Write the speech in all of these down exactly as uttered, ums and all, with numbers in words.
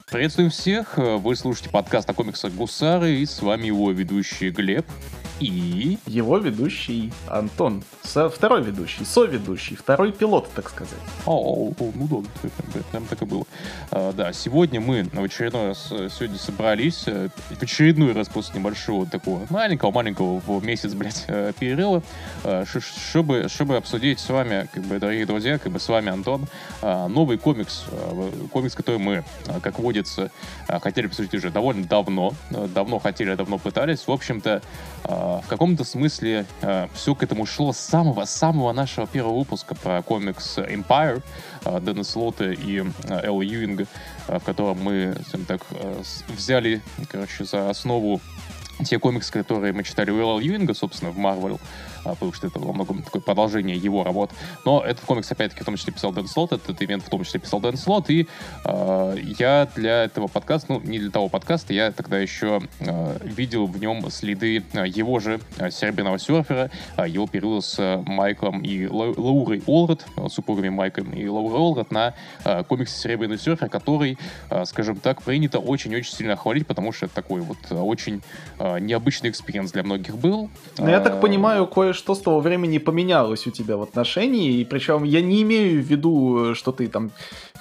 Приветствуем всех, вы слушаете подкаст о комиксах «Гусары», и с вами его ведущий Глеб и... Его ведущий Антон, со... второй ведущий, соведущий, второй пилот, так сказать. О, о, о ну да, прям, прям так и было. А, да, сегодня мы в очередной раз сегодня собрались, в очередной раз после небольшого такого маленького-маленького в месяц, блядь, перерыва, чтобы, чтобы обсудить с вами, как бы, дорогие друзья, как бы с вами Антон, новый комикс, комикс, который мы, как водится, хотели посмотреть уже довольно давно, давно хотели, давно пытались. В общем-то, в каком-то смысле все к этому шло с самого-самого нашего первого выпуска про комикс Empire Дэна Слота и Элла Юинга, в котором мы, скажем так, взяли, короче, за основу те комиксы, которые мы читали у Элла Юинга, собственно, в Marvel, потому что это во многом такое продолжение его работ. Но этот комикс, опять-таки, в том числе писал Дэн Слот, этот ивент в том числе писал Дэн Слот, и э, я для этого подкаста, ну, не для того подкаста, я тогда еще э, видел в нем следы его же Серебряного серфера, его периода с Майклом и Лаурой Олред, супругами Майком и Лаурой Олред, на э, комиксе Серебряный серфер, который, э, скажем так, принято очень-очень сильно хвалить, потому что это такой вот очень э, необычный экспириенс для многих был. Но я так понимаю, кое что с того времени поменялось у тебя в отношении, и причем я не имею в виду, что ты там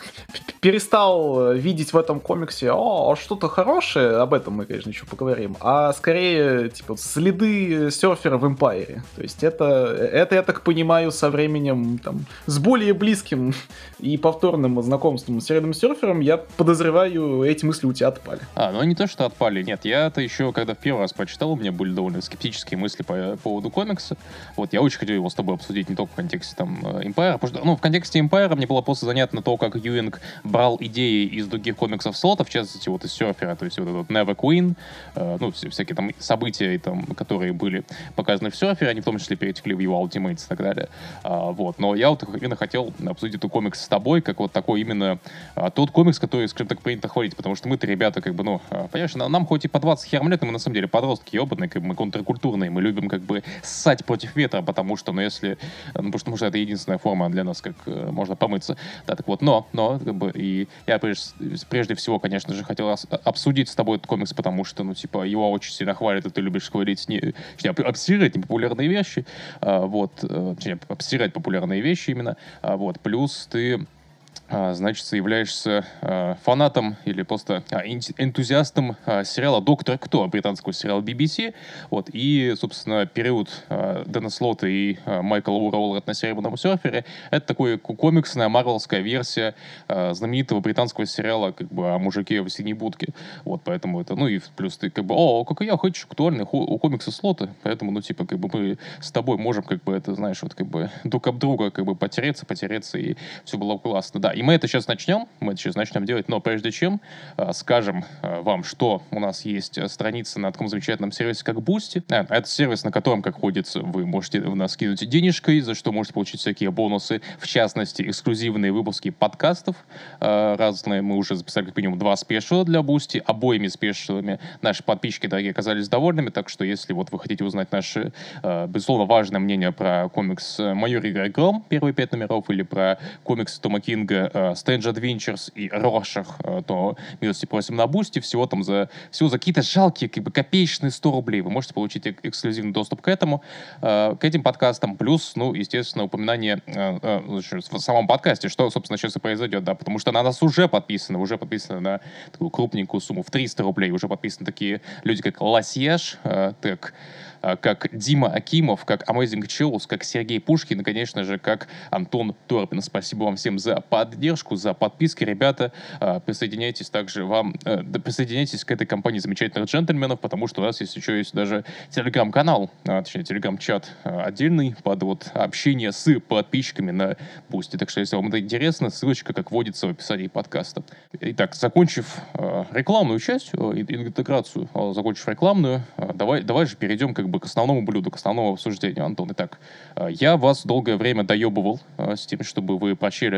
перестал видеть в этом комиксе о, что-то хорошее, об этом мы, конечно, еще поговорим, а скорее, типа, следы серфера в Эмпайре. То есть это, это, я так понимаю, со временем, там, с более близким и повторным знакомством с серебряным серфером, я подозреваю, эти мысли у тебя отпали. А, ну не то, что отпали, нет, я-то еще, когда в первый раз прочитал, у меня были довольно скептические мысли по поводу комикса. Вот, я очень хотел его с тобой обсудить не только в контексте, там, Empire, потому что, ну, в контексте Empire мне было просто занятно то, как Юинг брал идеи из других комиксов Слота, в частности, вот из серфера, то есть вот этот Never Queen, э, ну, всякие там события, там, которые были показаны в серфере, они в том числе перетекли в его Ultimates и так далее. А, вот, но я вот именно хотел обсудить этот комикс с тобой, как вот такой именно а, тот комикс, который, скажем так, принято хвалить, потому что мы-то, ребята, как бы, ну, понимаешь, нам хоть и по двадцать херам лет, но мы на самом деле подростки ебаные, как бы мы контркультурные, мы любим как бы ссать против ветра, потому что, ну, если, ну, потому что это единственная форма для нас, как э, можно помыться. Да, так вот, но, но, как бы, и я прежде, прежде всего, конечно же, хотел обсудить с тобой этот комикс, потому что, ну, типа, его очень сильно хвалят, и ты любишь хвалить, не, точнее, обсирать непопулярные вещи, а, вот, точнее, обсирать популярные вещи именно, а, вот, плюс ты, значит, являешься э, фанатом или просто а, энтузиастом э, сериала «Доктор Кто», британского сериала би би си. Вот, и, собственно, период э, Дэна Слота и э, Майкла Уоррелла на «Серебряном серфере» — это такая комиксная, марвелская версия э, знаменитого британского сериала как бы о мужике в синей будке. Вот, поэтому это, ну и плюс ты как бы, о, как я хочу актуальный хо- комиксы Слота, поэтому, ну, типа, как бы мы с тобой можем, как бы, это, знаешь, вот, как бы, друг об друга, как бы, потереться, потереться, и все было классно. Да, и мы это сейчас начнем, мы это сейчас начнем делать, но прежде чем э, скажем э, вам, что у нас есть страница на таком замечательном сервисе, как Boosty. А, это сервис, на котором, как ходится, вы можете в нас кинуть денежкой, за что можете получить всякие бонусы, в частности, эксклюзивные выпуски подкастов э, разные. Мы уже записали как минимум два спешила для Boosty, обоими спешилами наши подписчики, дорогие, оказались довольными, так что если вот вы хотите узнать наше, э, безусловно, важное мнение про комикс «Майор Игорь Гром», первые пять номеров, или про комикс Тома Кинга Strange Adventures и Роршах, то милости просим на Бусти. Всего там за, всего за какие-то жалкие, как бы копеечные сто рублей вы можете получить эк- эксклюзивный доступ к этому, э, к этим подкастам. Плюс, ну, естественно, упоминание э, э, в самом подкасте, что, собственно, сейчас и произойдет, да, потому что на нас уже подписаны, уже подписаны на такую крупненькую сумму в триста рублей, уже подписаны такие люди, как Лосьеш, э, так, как Дима Акимов, как Amazing Chills, как Сергей Пушкин и, конечно же, как Антон Торбин. Спасибо вам всем за поддержку, за подписки, ребята. Присоединяйтесь также вам, присоединяйтесь к этой компании замечательных джентльменов, потому что у нас есть еще есть даже телеграм-канал, точнее, телеграм-чат отдельный под вот общение с подписчиками на Бусти. Так что, если вам это интересно, ссылочка, как водится, в описании подкаста. Итак, закончив рекламную часть, интеграцию, закончив рекламную, давай, давай же перейдем как бы к основному блюду, к основному обсуждению, Антон. Итак, я вас долгое время доебывал с тем, чтобы вы прочитали,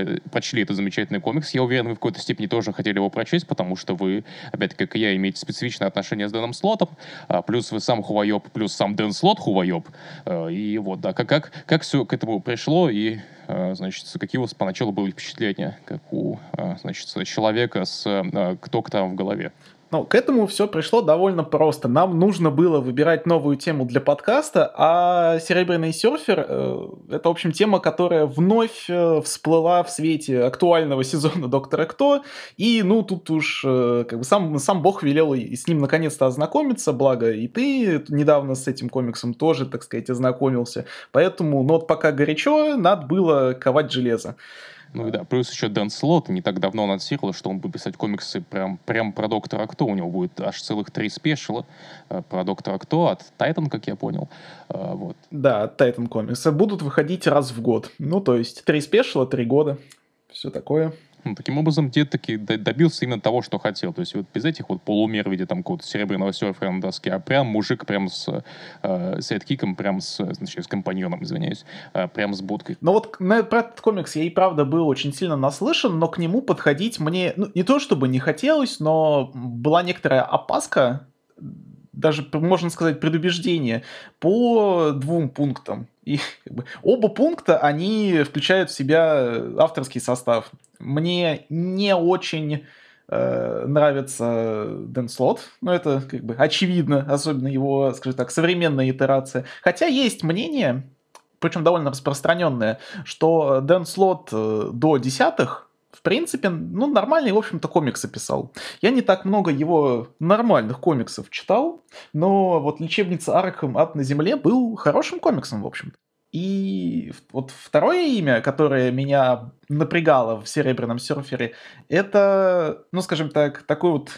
прочли этот замечательный комикс. Я уверен, вы в какой-то степени тоже хотели его прочесть, потому что вы, опять-таки, как и я, имеете специфичное отношение с Дэном Слотом, а, плюс вы сам Хуваёб, плюс сам Дэн Слот Хуваёб. А, и вот, да, как, как, как все к этому пришло, и, а, значит, какие у вас поначалу были впечатления, как у, а, значит, человека с а, кто-то в голове? Ну, к этому все пришло довольно просто. Нам нужно было выбирать новую тему для подкаста, а «Серебряный серфер» э, — это, в общем, тема, которая вновь э, всплыла в свете актуального сезона «Доктора Кто», и, ну, тут уж э, как бы сам, сам Бог велел и с ним наконец-то ознакомиться, благо и ты недавно с этим комиксом тоже, так сказать, ознакомился. Поэтому, ну, вот пока горячо, надо было ковать железо. Ну да, плюс еще Дэн Слот не так давно анонсировал, что он будет писать комиксы прям, прям про Доктора Кто. У него будет аж целых три спешила э, про Доктора Кто от Тайтан, как я понял. Э, вот. Да, от Тайтан комиксы будут выходить раз в год. Ну, то есть три спешила, три года. Все такое. Ну, таким образом, дед таки добился именно того, что хотел. То есть вот без этих вот полумер в виде там какого-то серебряного серфера на доске, а прям мужик прям с э, сайдкиком, прям с, значит, с компаньоном, извиняюсь, э, прям с будкой. Ну вот на, про этот комикс я и правда был очень сильно наслышан, но к нему подходить мне, ну, не то чтобы не хотелось, но была некоторая опаска, даже, можно сказать, предубеждение по двум пунктам. И как бы, оба пункта, они включают в себя авторский состав. Мне не очень э, нравится Дэн Слот, но это как бы очевидно, особенно его, скажем так, современная итерация. Хотя есть мнение, причем довольно распространенное, что Дэн Слот э, до десятых в принципе, ну, нормальные, в общем-то, комиксы писал. Я не так много его нормальных комиксов читал, но вот «Лечебница Аркхэм. Ад на земле» был хорошим комиксом, в общем-то. И вот второе имя, которое меня напрягало в «Серебряном серфере», это, ну, скажем так, такой вот,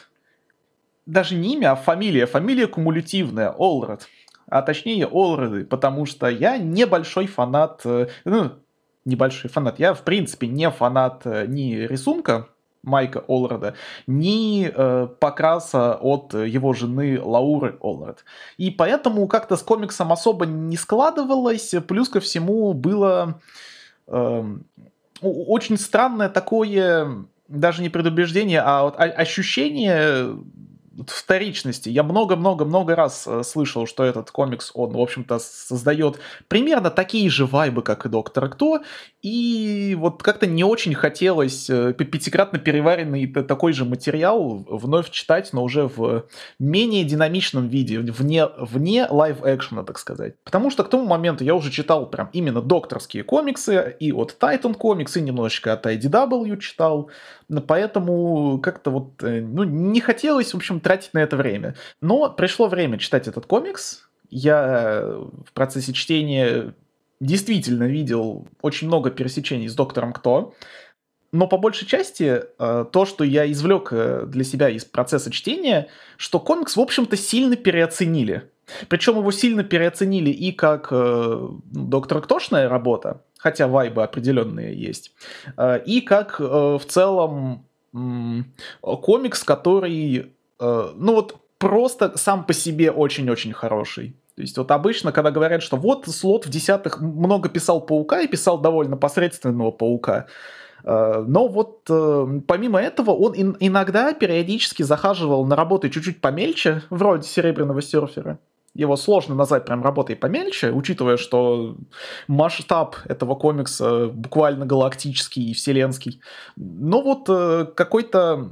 даже не имя, а фамилия. Фамилия кумулятивная, Олред. А точнее, Олреды, потому что я небольшой фанат, ну, небольшой фанат. Я, в принципе, не фанат ни рисунка Майка Олреда, ни э, покраса от его жены Лауры Олред. И поэтому как-то с комиксом особо не складывалось. Плюс ко всему было э, очень странное такое, даже не предубеждение, а вот ощущение вторичности. Я много-много-много раз э, слышал, что этот комикс, он, в общем-то, создает примерно такие же вайбы, как и Доктор Кто, и вот как-то не очень хотелось э, пятикратно переваренный такой же материал вновь читать, но уже в менее динамичном виде, вне, вне лайв-экшена, так сказать. Потому что к тому моменту я уже читал прям именно докторские комиксы, и от Titan комиксы, и немножечко от ай ди дабл ю читал, поэтому как-то вот, ну, не хотелось, в общем, тратить на это время. Но пришло время читать этот комикс. Я в процессе чтения действительно видел очень много пересечений с Доктором Кто. Но по большей части то, что я извлек для себя из процесса чтения, что комикс, в общем-то, сильно переоценили. Причем его сильно переоценили и как э, Доктор Ктошная работа, хотя вайбы определенные есть, э, и как э, в целом э, комикс, который, э, ну вот, просто сам по себе очень-очень хороший. То есть вот обычно, когда говорят, что вот Слот в десятых много писал Паука и писал довольно посредственного Паука, э, но вот э, помимо этого он ин- иногда периодически захаживал на работы чуть-чуть помельче, вроде «Серебряного серфера». Его сложно назвать прям работой помельче, учитывая, что масштаб этого комикса буквально галактический и вселенский. Но вот э, какой-то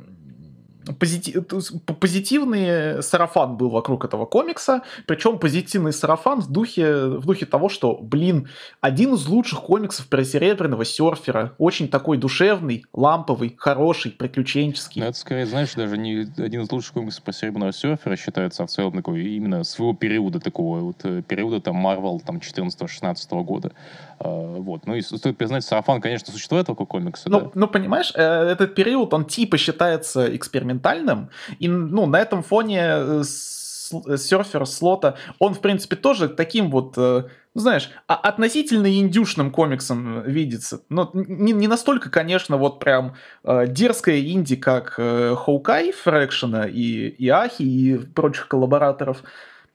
позитив, позитивный сарафан был вокруг этого комикса, причем позитивный сарафан в духе, в духе того, что, блин, один из лучших комиксов про Серебряного серфера, очень такой душевный, ламповый, хороший, приключенческий. Но это, скорее, знаешь, даже не один из лучших комиксов про Серебряного серфера считается, а в целом такой именно своего периода такого, вот периода там Marvel там четырнадцатого-шестнадцатого года. А, вот. Ну и стоит признать, сарафан, конечно, существует такого комикса. Ну, да? ну, понимаешь, этот период, он типа считается экспериментальным, и, ну, на этом фоне серфер Слота, он, в принципе, тоже таким вот, ну, знаешь, относительно индюшным комиксом видится. Но не, не настолько, конечно, вот прям э, дерзкая инди, как э, Хоукай Фрэкшена и, и Ахи, и прочих коллабораторов.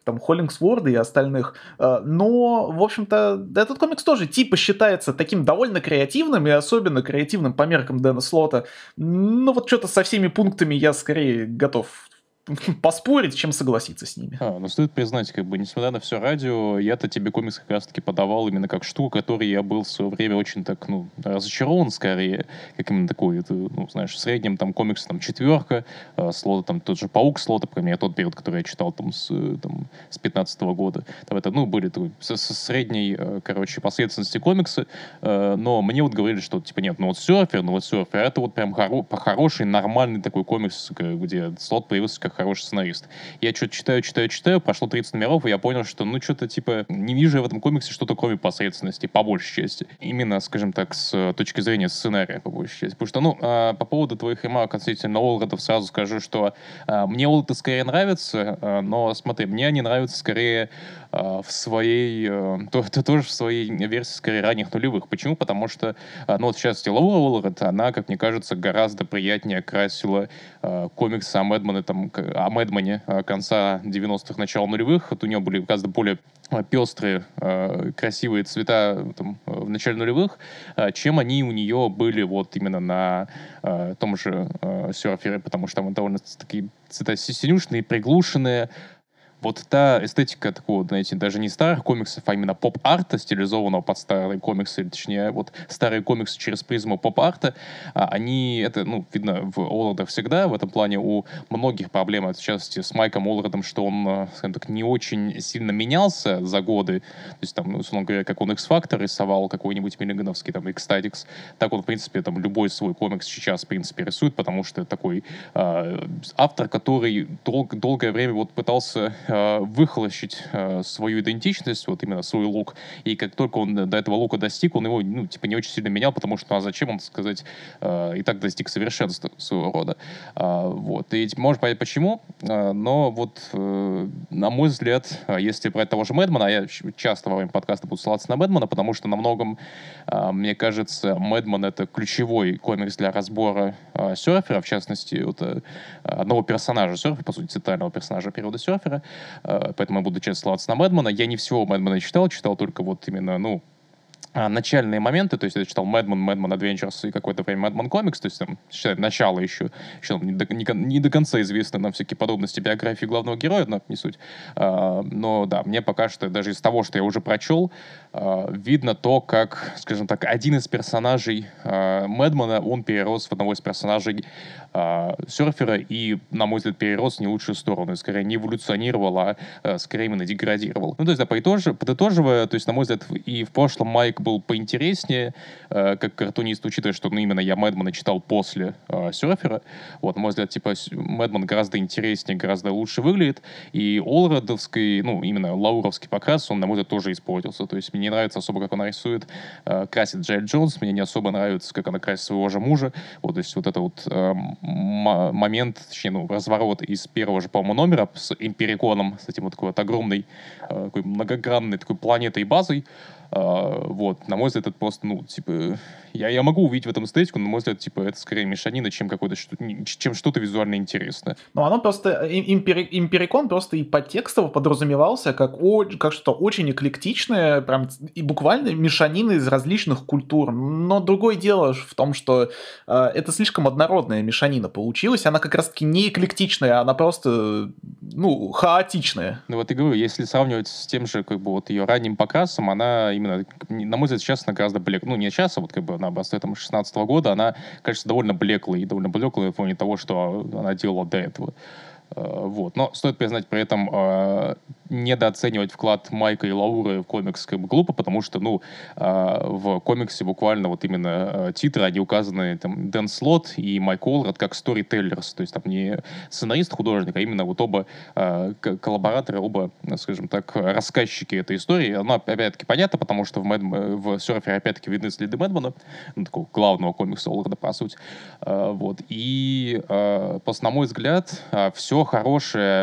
там, Холлингсворда и остальных. Э, но, в общем-то, этот комикс тоже типа считается таким довольно креативным, и особенно креативным по меркам Дэна Слота. Ну, вот что-то со всеми пунктами я скорее готов поспорить, чем согласиться с ними. А, ну стоит признать, как бы, несмотря на все радио, я-то тебе комикс как раз-таки подавал именно как штуку, которой я был в свое время очень так, ну, разочарован скорее, как именно такой, это, ну, знаешь, в среднем там комикс там четверка, э, слота там тот же Паук слота, по крайней мере, тот период, который я читал там с, э, там, с пятнадцатого года. Там это, ну, были такой, со, со средней, э, короче, последовательности комиксы, э, но мне вот говорили, что, типа, нет, ну вот Серфер, ну вот Серфер, это вот прям хоро- по-хороший, нормальный такой комикс, где слот появился как хороший сценарист. Я что-то читаю, читаю, читаю, прошло тридцать номеров, и я понял, что, ну, что-то, типа, не вижу я в этом комиксе что-то, кроме посредственности, по большей части. Именно, скажем так, с точки зрения сценария, по большей части. Потому что, ну, а, по поводу твоих ремарок относительно Олредов сразу скажу, что а, мне Олреды скорее нравятся, а, но, смотри, мне они нравятся скорее а, в своей, а, то, то, тоже в своей версии, скорее, ранних нулевых. Почему? Потому что, а, ну, вот, в частности, Лаура Олред, она, как мне кажется, гораздо приятнее красила а, комиксы о Мэдмане, там, о Мэдмане а, конца девяностых, начала нулевых. Вот у нее были гораздо более а, пестрые, а, красивые цвета там, в начале нулевых, а, чем они у нее были вот именно на а, том же а, Серфере, потому что там довольно такие цвета синюшные, приглушенные. Вот та эстетика такого, знаете, даже не старых комиксов, а именно поп-арта, стилизованного под старые комиксы, или, точнее, вот старые комиксы через призму поп-арта, а, они, это, ну, видно в Олредах всегда, в этом плане у многих проблем, в частности, с Майком Олредом, что он, а, скажем так, не очень сильно менялся за годы, то есть, там, условно говоря, как он X-Factor рисовал, какой-нибудь миллигановский, там, X-Statix, так он, в принципе, там, любой свой комикс сейчас, в принципе, рисует, потому что такой э, автор, который дол- долгое время вот пытался выхолощить э, свою идентичность, вот именно свой лук, и как только он до этого лука достиг, он его, ну, типа, не очень сильно менял, потому что, ну, а зачем он, сказать, э, и так достиг совершенства своего рода. А, вот. И можешь понять, почему, а, но вот, э, на мой взгляд, если брать того же Мэдмана, а я часто во время подкаста буду ссылаться на Мэдмана, потому что на многом, а, мне кажется, Мэдман — это ключевой комикс для разбора а, Серфера, в частности, вот, а, одного персонажа Серфера, по сути, центрального персонажа периода Серфера. Поэтому я буду часто ссылаться на Мэдмана. Я не всего Мэдмана читал, читал только вот именно, ну, начальные моменты, то есть я читал Madman, Madman Adventures и какое-то время Madman Comics, то есть там, считай, начало еще, еще не, до, не, не до конца известны нам всякие подробности биографии главного героя, но не суть. А, но да, мне пока что, даже из того, что я уже прочел, а, видно то, как, скажем так, один из персонажей а, Мэдмана, он перерос в одного из персонажей а, Серфера и, на мой взгляд, перерос в не лучшую сторону, и скорее не эволюционировал, а, а скорее именно деградировал. Ну, то есть, да, подытоживая, подытоживая, то есть, на мой взгляд, и в прошлом Майк был поинтереснее, э, как картунист, учитывая, что, ну, именно я Мэдмана читал после э, Серфера. Вот, на мой взгляд, типа, Мэдман гораздо интереснее, гораздо лучше выглядит. И Олредовский, ну, именно лауровский покрас, он, на мой взгляд, тоже испортился. То есть мне не нравится особо, как она рисует, э, красит Джайль Джонс, мне не особо нравится, как она красит своего же мужа. Вот, то есть вот это вот э, м- момент, точнее, ну, разворот из первого же, по-моему, номера с Империконом, с этим вот такой вот огромной, э, такой многогранной такой планетой и базой. Uh, вот, на мой взгляд, это просто, ну, типа, я, я могу увидеть в этом эстетику, но, на мой взгляд, типа, это скорее мешанина, чем какое-то, что, чем что-то визуально интересное. Ну, оно просто, импери, Империкон просто и подтекстово подразумевался как, о, как что-то очень эклектичное, прям, и буквально мешанина из различных культур. Но другое дело в том, что э, это слишком однородная мешанина получилась, она как раз-таки не эклектичная, она просто, ну, хаотичная. Ну, вот и говорю, если сравнивать с тем же, как бы, вот ее ранним покрасом, она именно, на мой взгляд, сейчас она гораздо блеклая. Ну, не сейчас, а вот как бы она образцовая там шестнадцатого года, она, кажется, довольно блеклая, и довольно блеклая в фоне того, что она делала до этого. Uh, вот. Но стоит признать при этом, uh, недооценивать вклад Майка и Лауры в комикс как бы глупо, потому что, ну, uh, в комиксе буквально вот именно uh, титры, они указаны, там, Дэн Слот и Майк Олред как сторителлерс, то есть там не сценарист-художник, а именно вот оба uh, коллабораторы, оба, скажем так, рассказчики этой истории. Она, опять-таки, понятна, потому что в, Мэд... в Серфере, опять-таки, видны следы Мэдмана, ну, такого главного комикса Олреда, по сути. Uh, вот. И, uh, просто, на мой взгляд, uh, все хорошее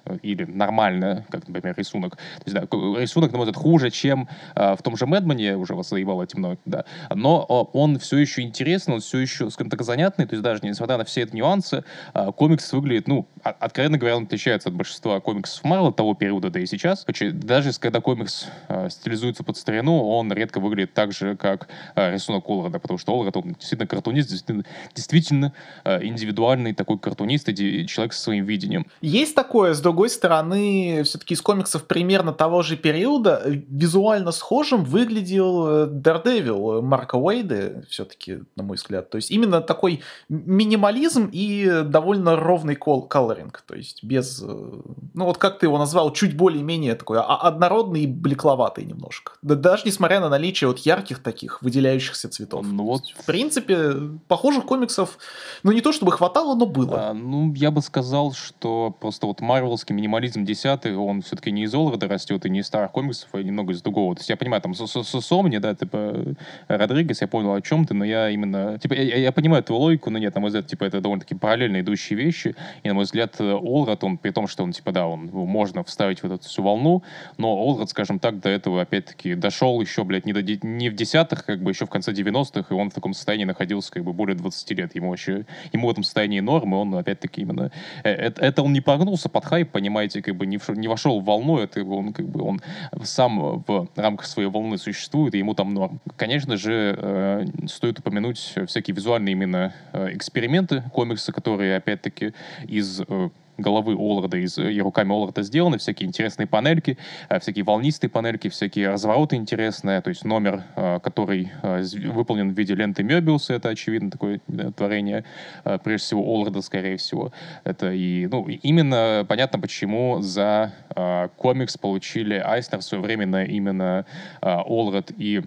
или нормально, как, например, рисунок. То есть, да, рисунок, на мой взгляд, хуже, чем э, в том же Мэдмане, уже вас заебало темно, да. Но о, он все еще интересный, он все еще, скажем так, занятный. То есть даже несмотря на все эти нюансы, э, комикс выглядит, ну, а, откровенно говоря, он отличается от большинства комиксов Марвел того периода, да и сейчас. Даже когда комикс э, стилизуется под старину, он редко выглядит так же, как э, рисунок Олрада, потому что Олрад, он действительно картунист, действительно, действительно э, индивидуальный такой картунист, и человек со своим видением. Есть такое, с другой стороны, все-таки из комиксов примерно того же периода визуально схожим выглядел Daredevil Марка Уэйда, все-таки, на мой взгляд. То есть именно такой минимализм и довольно ровный колоринг, то есть без, ну вот как ты его назвал, чуть более-менее такой однородный и блекловатый немножко. Да, даже несмотря на наличие вот ярких таких выделяющихся цветов. Ну вот. В принципе, похожих комиксов, ну не то чтобы хватало, но было. А, ну, я бы сказал, что просто вот марвелский минимализм десятый, он все-таки не из Олрада растет и не из старых комиксов, а немного из другого. То есть я понимаю, там, Сомни, да, типа, Родригес, я понял, о чем ты, но я именно... Типа, я, я понимаю твою логику, но нет, на мой взгляд, типа, это довольно-таки параллельно идущие вещи. И, на мой взгляд, Олрад, он, при том, что он, типа, да, он можно вставить в эту всю волну, но Олрад, скажем так, до этого, опять-таки, дошел еще, блядь, не, до, не в десятых, как бы, еще в конце девяностых, и он в таком состоянии находился, как бы, более двадцати лет. Ему вообще... Ему в этом состоянии норм, и он, опять-таки, именно... Это, это он не прогнулся под хайп, понимаете, как бы не, вш... не вошел в волну, это он, как бы, он сам в рамках своей волны существует, и ему там норм. Конечно же, э, стоит упомянуть всякие визуальные именно э, эксперименты, комиксы, которые, опять-таки, из... Э, головы Олрада, из, и руками Олрада сделаны, всякие интересные панельки, всякие волнистые панельки, всякие развороты интересные, то есть номер, который выполнен в виде ленты Мёбиуса, это, очевидно, такое творение, прежде всего, Олрада, скорее всего. Это и, ну, именно понятно, почему за комикс получили Айснер в свое время именно Олрад и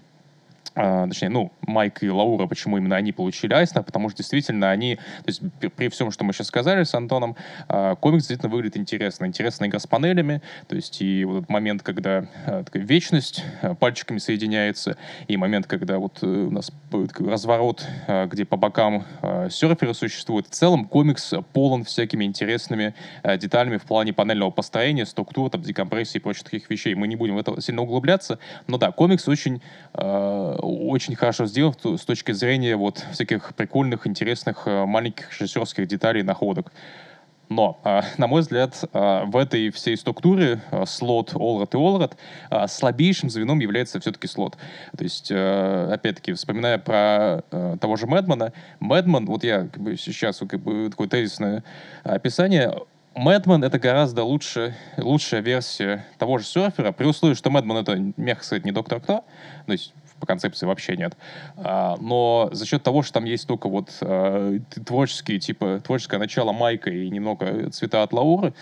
Uh, точнее, ну, Майк и Лаура, почему именно они получили Айснер, потому что действительно они, то есть при, при всем, что мы сейчас сказали с Антоном, uh, комикс действительно выглядит интересно. Интересная игра с панелями, то есть и вот этот момент, когда uh, такая вечность uh, пальчиками соединяется, и момент, когда вот uh, у нас разворот, uh, где по бокам uh, серферы существуют. В целом комикс полон всякими интересными uh, деталями в плане панельного построения, структуры, там, декомпрессии и прочих таких вещей. Мы не будем в это сильно углубляться, но да, комикс очень uh, очень хорошо сделан с точки зрения вот всяких прикольных, интересных, маленьких режиссерских деталей и находок. Но, э, на мой взгляд, э, в этой всей структуре э, слот, Олрад и Олрад э, слабейшим звеном является все-таки слот. То есть, э, опять-таки, вспоминая про э, того же Мэдмана, Мэдман, вот я как бы, сейчас как бы, такое тезисное описание, Мэдман — это гораздо лучше, лучшая версия того же серфера, при условии, что Мэдман — это, мягко сказать, не Доктор Кто, то есть по концепции вообще нет. А, но за счет того, что там есть только вот а, творческие, типа, творческое начало Майка и немного цвета от Лауры,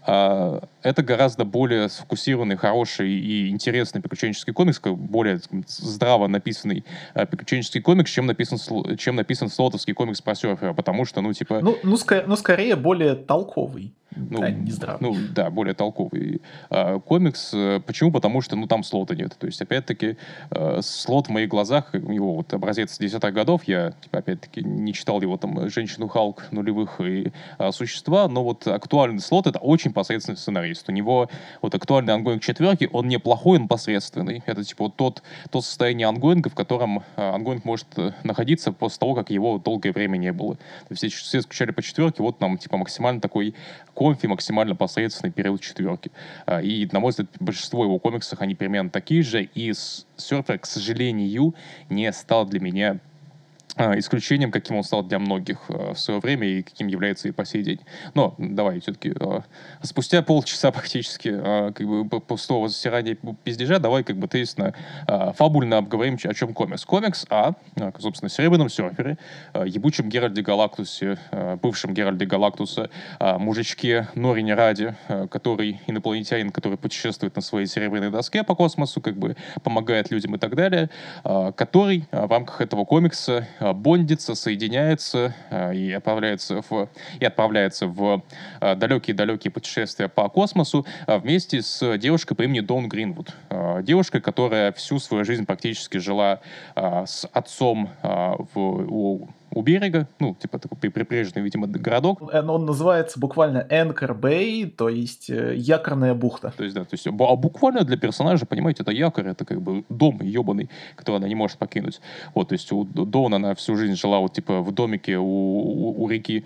а, это гораздо более сфокусированный, хороший и интересный приключенческий комикс, более здраво написанный а, приключенческий комикс, чем написан, чем написан слотовский комикс про серфера, потому что, ну, типа... Ну, ну, ск- ну скорее, более толковый. Ну, а не здравый. Ну, да, более толковый э, комикс. Почему? Потому что, ну, там слота нет. То есть, опять-таки, э, слот в моих глазах, его вот образец десятых годов, я, типа, опять-таки, не читал его там «Женщину Халк», «Нулевых» и э, «Существа», но вот актуальный слот — это очень посредственный сценарист. У него вот актуальный ангоинг четверки, он неплохой, он посредственный. Это, типа, вот тот, то состояние ангоинга, в котором э, ангоинг может находиться после того, как его долгое время не было. То есть, все, все скучали по четверке, вот нам, типа, максимально такой комфи, максимально посредственный период четверки. И, на мой взгляд, большинство его комиксов, они примерно такие же, и Серфер, к сожалению, не стал для меня исключением, каким он стал для многих в свое время и каким является и по сей день. Но давай все-таки спустя полчаса практически как бы пустого засирания пиздежа, давай как бы тезисно, фабульно обговорим, о чем комикс. Комикс о, собственно, Серебряном Серфере, ебучем Геральде Галактусе, бывшем Геральде Галактуса, мужичке Норине Ради, который инопланетянин, который путешествует на своей серебряной доске по космосу, как бы помогает людям и так далее, который в рамках этого комикса бондится, соединяется э, и отправляется в, и отправляется в э, далекие-далекие путешествия по космосу э, вместе с девушкой по имени Дон Гринвуд. Э, девушкой, которая всю свою жизнь практически жила э, с отцом э, в, у у берега, ну, типа такой прибрежный, видимо, городок. Он, он называется буквально Anchor Bay, то есть э, якорная бухта. То есть, да, то есть, а буквально для персонажа, понимаете, это якорь, это как бы дом ебаный, который она не может покинуть. Вот, то есть у Дон, она всю жизнь жила вот, типа, в домике у, у, у реки,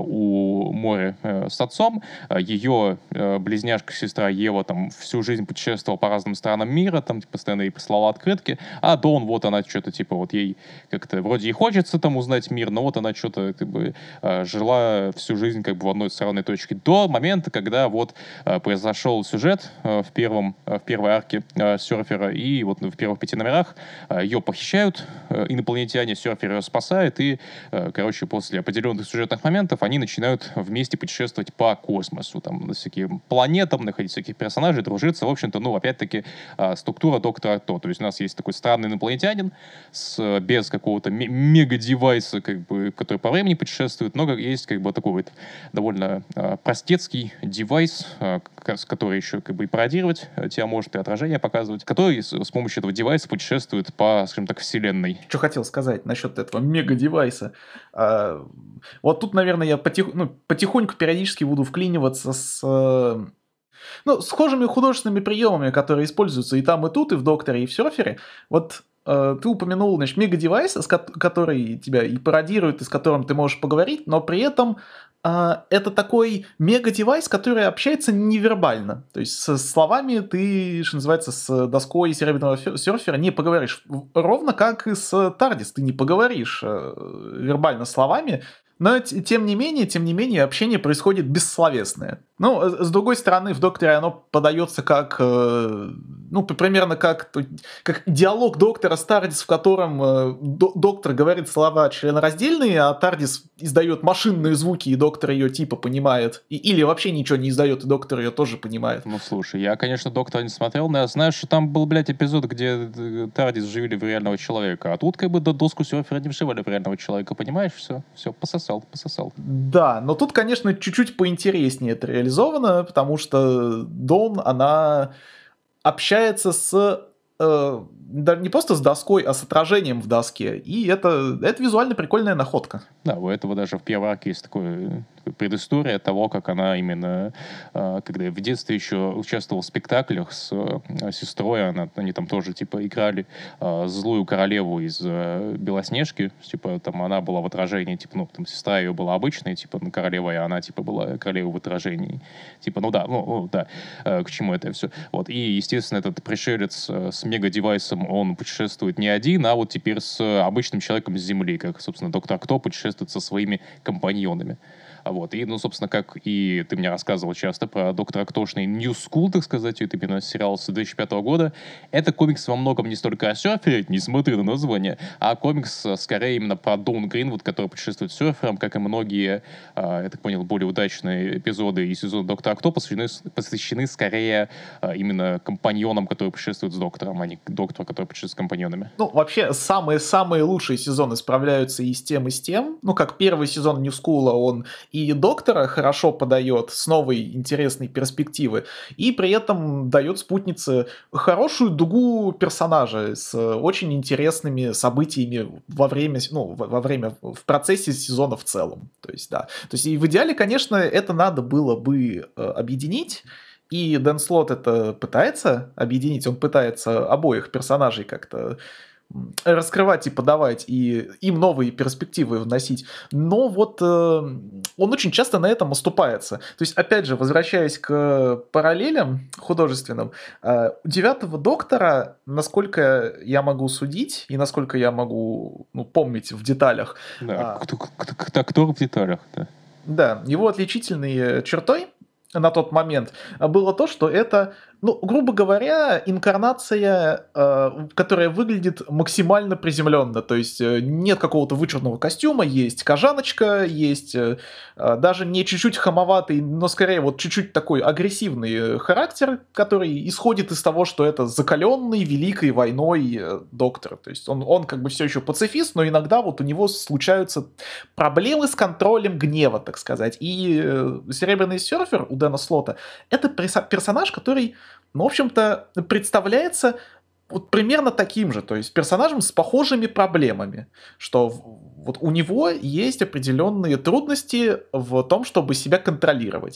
у моря э, с отцом. Ее э, близняшка-сестра Ева там всю жизнь путешествовала по разным странам мира, там, типа, постоянно ей присылала открытки. А Дон, вот она что-то, типа, вот ей как-то, вроде ей хочется там узнать мир, но вот она что-то, как бы, э, жила всю жизнь, как бы, в одной странной точке. До момента, когда вот э, произошел сюжет э, в первом, э, в первой арке э, серфера, и вот в первых пяти номерах э, ее похищают э, инопланетяне, серфер ее спасает, и, э, короче, после определенных сюжетных моментов они начинают вместе путешествовать по космосу, там, на всяким планетам, находить всяких персонажей, дружиться. В общем-то, ну, опять-таки, э, структура Доктора Кто. То есть у нас есть такой странный инопланетянин с, без какого-то мега-девайса, как бы, который по времени путешествует, но есть, как бы, такой вот довольно э, простецкий девайс, э, с который еще, как бы, и пародировать э, тебя может, и отражение показывать, который с, с помощью этого девайса путешествует по, скажем так, вселенной. Что хотел сказать насчет этого мега-девайса. А, вот тут, наверное, я потих, ну, потихоньку периодически буду вклиниваться с... Э, ну, схожими художественными приемами, которые используются и там, и тут, и в Докторе, и в Серфере. Вот э, ты упомянул, значит, мега-девайс, который тебя и пародирует, и с которым ты можешь поговорить, но при этом э, это такой мега-девайс, который общается невербально. То есть с словами ты, что называется, с доской серебряного серфера не поговоришь. Ровно как и с Тардис, ты не поговоришь э, вербально словами. Но тем не менее, тем не менее, общение происходит бессловесное. Ну, с другой стороны, в Докторе оно подается как, э, ну, примерно как, как диалог Доктора с Тардис, в котором э, Доктор говорит слова членораздельные, а Тардис издает машинные звуки, и Доктор ее типа понимает. И, или вообще ничего не издает, и Доктор ее тоже понимает. Ну, слушай, я, конечно, Доктора не смотрел, но я знаю, что там был, блядь, эпизод, где Тардис вживили в реального человека, а тут как бы доску серфера не вживали в реального человека, понимаешь? Все, все, пососал, пососал. Да, но тут, конечно, чуть-чуть поинтереснее это реализовано, потому что Дон, она общается с... Э, даже не просто с доской, а с отражением в доске. И это, это визуально прикольная находка. Да, у этого даже в первой арке есть такой предыстория того, как она именно, когда в детстве еще участвовала в спектаклях с сестрой, она, они там тоже, типа, играли злую королеву из Белоснежки, типа, там она была в отражении, типа, ну, там сестра ее была обычная, типа, королева, и она, типа, была королевой в отражении. Типа, ну да, ну, ну да, к чему это все. Вот, и, естественно, этот пришелец с мега-девайсом, он путешествует не один, а вот теперь с обычным человеком с Земли, как, собственно, Доктор Кто путешествует со своими компаньонами. Вот. И, ну, собственно, как и ты мне рассказывал часто про Доктора Ктошный New School, так сказать, это именно сериал с две тысячи пятого года. Это комикс во многом не столько о серфере, несмотря на название, а комикс скорее именно про Дон Гринвуд, который путешествует серфером, как и многие, я так понял, более удачные эпизоды и сезоны Доктора Кто посвящены, посвящены скорее именно компаньонам, которые путешествуют с Доктором, а не доктору, который путешествует с компаньонами. Ну, вообще, самые-самые лучшие сезоны справляются и с тем, и с тем. Ну, как первый сезон New School, он и Доктора хорошо подает с новой интересной перспективы, и при этом дает спутнице хорошую дугу персонажа с очень интересными событиями во время, ну, во время, в процессе сезона в целом. То есть, да. То есть, и в идеале, конечно, это надо было бы э, объединить, и Дэн Слот это пытается объединить, он пытается обоих персонажей как-то раскрывать и подавать, и им новые перспективы вносить. Но вот э, он очень часто на этом оступается. То есть, опять же, возвращаясь к параллелям художественным, э, у Девятого Доктора, насколько я могу судить, и насколько я могу, ну, помнить в деталях... Да, а, кто, кто, кто, кто в деталях, да. Да, его отличительной чертой на тот момент было то, что это, ну, грубо говоря, инкарнация, э, которая выглядит максимально приземленно. То есть э, нет какого-то вычурного костюма, есть кожаночка, есть э, даже не чуть-чуть хамоватый, но скорее вот чуть-чуть такой агрессивный характер, который исходит из того, что это закаленный великой войной э, доктор. То есть он, он как бы все еще пацифист, но иногда вот у него случаются проблемы с контролем гнева, так сказать. И э, Серебряный серфер у Дэна Слота — это персонаж, который, ну, в общем-то, представляется вот примерно таким же, то есть персонажем с похожими проблемами, что вот у него есть определенные трудности в том, чтобы себя контролировать.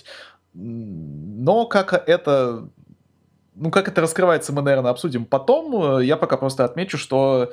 Но как это, ну как это раскрывается, мы, наверное, обсудим потом. Я пока просто отмечу, что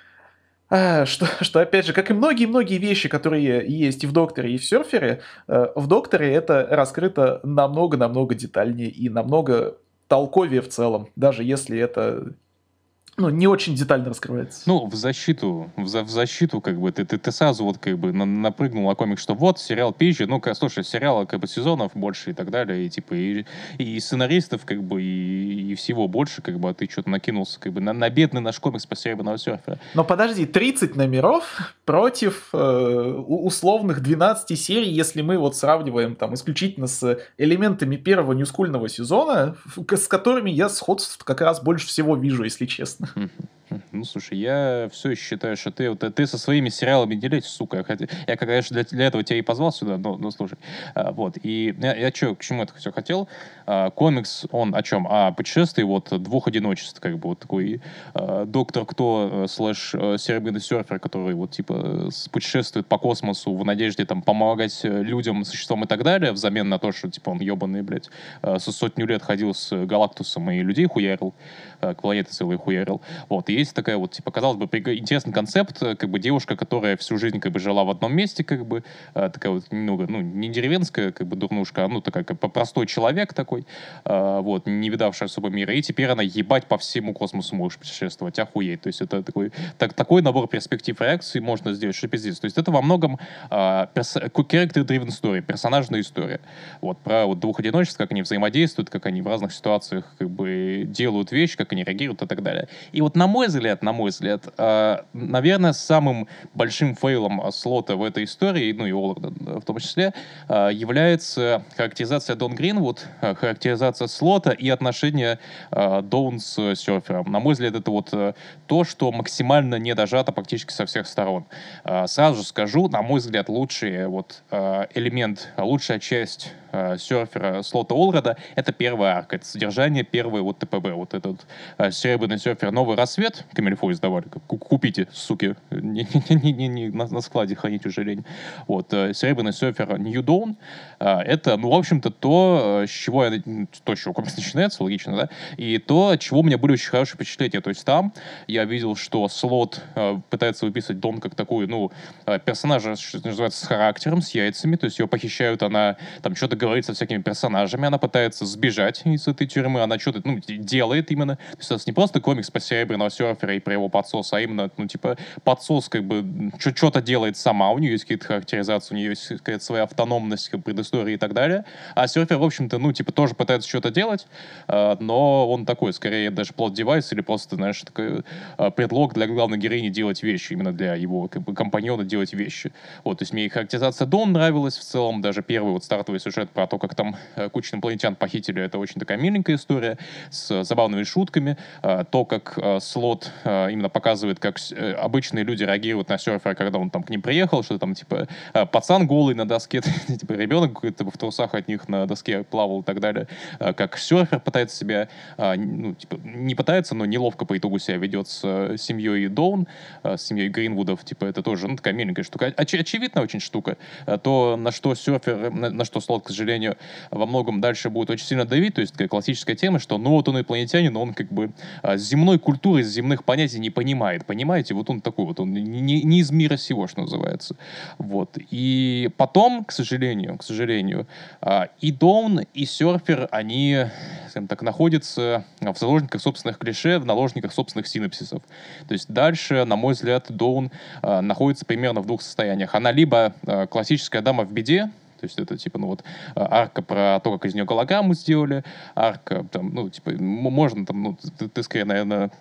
а, что, что, опять же, как и многие-многие вещи, которые есть и в Докторе, и в Серфере, э, в Докторе это раскрыто намного-намного детальнее и намного толковее в целом, даже если это, ну, не очень детально раскрывается. Ну, в защиту, в, за- в защиту, как бы, ты, ты, ты сразу вот, как бы, на- напрыгнул на комик, что вот, сериал пизже, ну, как, слушай, сериала, как бы, сезонов больше и так далее, и, типа, и, и сценаристов, как бы, и, и всего больше, как бы, а ты что-то накинулся, как бы, на, на бедный наш комикс по Серебряного серфера. Но подожди, тридцать номеров против э, у- условных двенадцати серий, если мы вот сравниваем там исключительно с элементами первого ньюскульного сезона, ф- к- с которыми я сходств как раз больше всего вижу, если честно. Мгм. Мгм. Ну, слушай, я все еще считаю, что ты, вот, ты со своими сериалами не лезь, сука. Я, хотя- я, конечно, для, для этого тебя и позвал сюда, но, но слушай. А, вот, и я, я чё, к чему это все хотел? А, комикс, он о чем? О путешествии вот двух одиночеств, как бы, вот такой а, доктор Кто э, слэш э, серебряный серфер, который вот, типа, с- путешествует по космосу в надежде, там, помогать э, людям, существам и так далее, взамен на то, что, типа, он ебаный, блядь, э, со сотню лет ходил с Галактусом и людей хуярил, э, планеты целые хуярил. Вот, и есть такая вот, типа, казалось бы, прик- интересный концепт, э, как бы девушка, которая всю жизнь, как бы, жила в одном месте, как бы, э, такая вот немного, ну, не деревенская, как бы, дурнушка, а, ну, такая, как бы, простой человек такой, э, вот, не видавший особо мира, и теперь она ебать по всему космосу можешь путешествовать, охуеть, то есть это такой, так, такой набор перспектив реакции можно сделать, что пиздец, то есть это во многом э, перс- character-driven story, персонажная история, вот, про вот двух одиночеств, как они взаимодействуют, как они в разных ситуациях, как бы, делают вещи, как они реагируют и так далее. И вот, на мой взгляд, на мой взгляд, э, наверное, самым большим фейлом э, Слота в этой истории, ну и Олларда в том числе, э, является характеризация Дон Гринвуд, э, характеризация Слота и отношения э, Доун с Серфером. На мой взгляд, это вот э, то, что максимально не дожато практически со всех сторон. Э, сразу же скажу, на мой взгляд, лучший вот э, элемент, лучшая часть э, Серфера Слота Олрада — это первая арка, это содержание первой вот ТПБ, вот этот э, Серебряный серфер «Новый рассвет», Камильфо издавали, ку- купите, суки, не, не, не, не, на, на складе хранить уже лень. Вот, э, Серебряный серфер New Dawn, э, это, ну, в общем-то, то, э, с чего я, то, с чего комикс начинается, логично, да, и то, от чего у меня были очень хорошие впечатления, то есть там я видел, что Слот э, пытается выписать Дон как такую, ну, э, персонажа, что называется, с характером, с яйцами, то есть ее похищают, она там что-то говорит со всякими персонажами, она пытается сбежать из этой тюрьмы, она что-то, ну, делает именно, то есть это не просто комикс по Серебряного серфера и про его подсоса, а именно, ну, типа, подсос как бы что-то делает сама, у нее есть какие-то характеризации, у нее есть какая-то своя автономность, как предыстория и так далее, а серфер, в общем-то, ну, типа, тоже пытается что-то делать, э, но он такой, скорее, даже плот-девайс или просто, знаешь, такой э, предлог для главной героини делать вещи, именно для его, как бы, компаньона делать вещи. Вот, то есть мне и характеризация Дон нравилась в целом, даже первый вот стартовый сюжет про то, как там э, кучу инопланетян похитили, это очень такая миленькая история с забавными шутками, э, то, как э, Слот э, именно показывает, как э, обычные люди реагируют на серфера, когда он там к ним приехал, что там, типа, э, пацан голый на доске, типа, ребенок какой-то в трусах от них на доске плавал и так далее, э, как серфер пытается себя, э, ну, типа, не пытается, но неловко по итогу себя ведет с э, семьей Доун, э, с семьей Гринвудов, типа, это тоже, ну, такая миленькая штука. Оч- очевидно очень штука. Э, То, на что серфер, на, на что Слот, к сожалению, во многом дальше будет очень сильно давить, то есть такая классическая тема, что, ну, вот он инопланетянин, но он, как бы, э, земной культуры, земных понятий не понимает, понимаете? Вот он такой вот, он не, не- не из мира сего, что называется. Вот. И потом, к сожалению, к сожалению, э, и Доун, и серфер, они, скажем так, находятся в заложниках собственных клише, в наложниках собственных синапсисов. То есть дальше, на мой взгляд, Доун э, находится примерно в двух состояниях. Она либо э, классическая дама в беде, то есть это, типа, ну вот, э, арка про то, как из нее голограмму сделали, арка, там, ну, типа, м- можно там, ну, ты, ты скорее, наверное,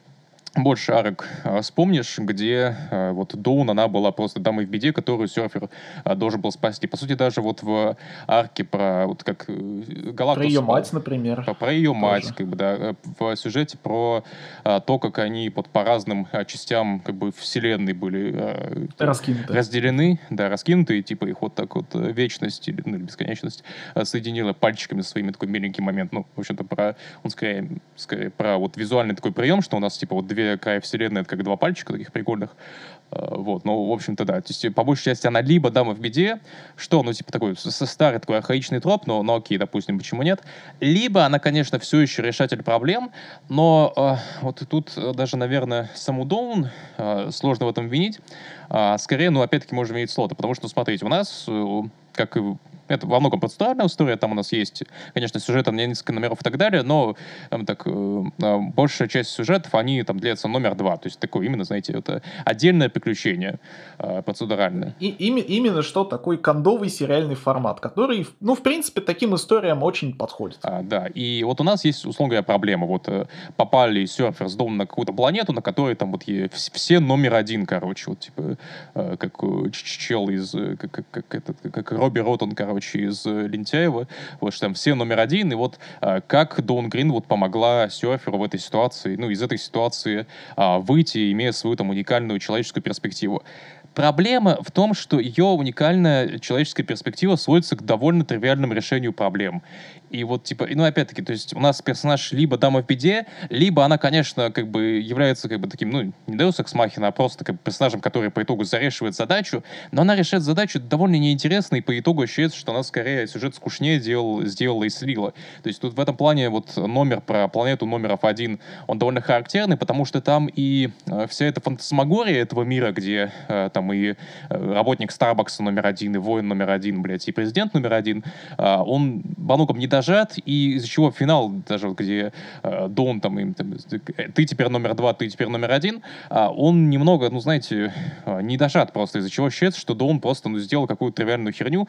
больше арок э, вспомнишь, где э, вот Доун, она была просто дамой в беде, которую серфер э, должен был спасти. По сути, даже вот в арке про вот как э, Про ее Галактус мать, спал, например, про, про ее мать, тоже. как бы, да, э, в сюжете про э, то, как они вот по разным э, частям как бы вселенной были э, это, Раскинуты. разделены, да, раскинуты, и типа их вот так вот э, вечность или ну, или бесконечность э, соединила пальчиками своими, такой миленький момент. Ну, в общем-то, про, он скорее, скорее про вот визуальный такой прием, что у нас типа вот две края вселенной, это как два пальчика таких прикольных. Э, Вот, ну, в общем-то, да. То есть, по большей части, она либо дама в беде, что, ну, типа, такой со старый такой архаичный троп, но, но окей, допустим, почему нет. Либо она, конечно, все еще решатель проблем, но э, вот и тут э, даже, наверное, саму Доун э, сложно в этом винить. А, скорее, ну, опять-таки, можем винить Слота, потому что, ну, смотрите, у нас, э, как и это во многом процессуальная история, там у нас есть, конечно, сюжет, там несколько номеров и так далее, но там, так, э, э, большая часть сюжетов, они там длятся номер два, то есть такое именно, знаете, это отдельное приключение э, процедуральное. И, ими- именно что такой кондовый сериальный формат, который, ну, в принципе, таким историям очень подходит. А, да, и вот у нас есть, условно говоря, проблема. Вот э, попали серфер с дома на какую-то планету, на которой там вот е- вс- все номер один, короче, вот типа э, как э, ч- чел из, э, как, как, как, этот, как Робби Роттон, короче, из э, Лентяева, вот что там все номер один, и вот э, как Доун Грин вот помогла серферу в этой ситуации, ну, из этой ситуации а, выйти, имея свою там уникальную человеческую перспективу. Проблема в том, что ее уникальная человеческая перспектива сводится к довольно тривиальному решению проблем. И вот, типа, и, ну, опять-таки, то есть у нас персонаж либо дама в беде, либо она, конечно, как бы является, как бы, таким, ну, не Deus Ex Machina, а просто, как бы, персонажем, который по итогу зарешивает задачу, но она решает задачу довольно неинтересно, и по итогу ощущается, что она, скорее, сюжет скучнее делал, сделала и слила. То есть тут в этом плане вот номер про планету номеров один, он довольно характерный, потому что там и э, вся эта фантасмагория этого мира, где э, там и э, работник Старбакса номер один, и воин номер один, блядь, и президент номер один, э, он во многом не дожат, и из-за чего финал, даже вот где э, Дон там им, там, ты теперь номер два, ты теперь номер один, э, он немного, ну, знаете, э, не дожат просто, из-за чего ощущается, что Дон просто, ну, сделал какую-то тривиальную херню,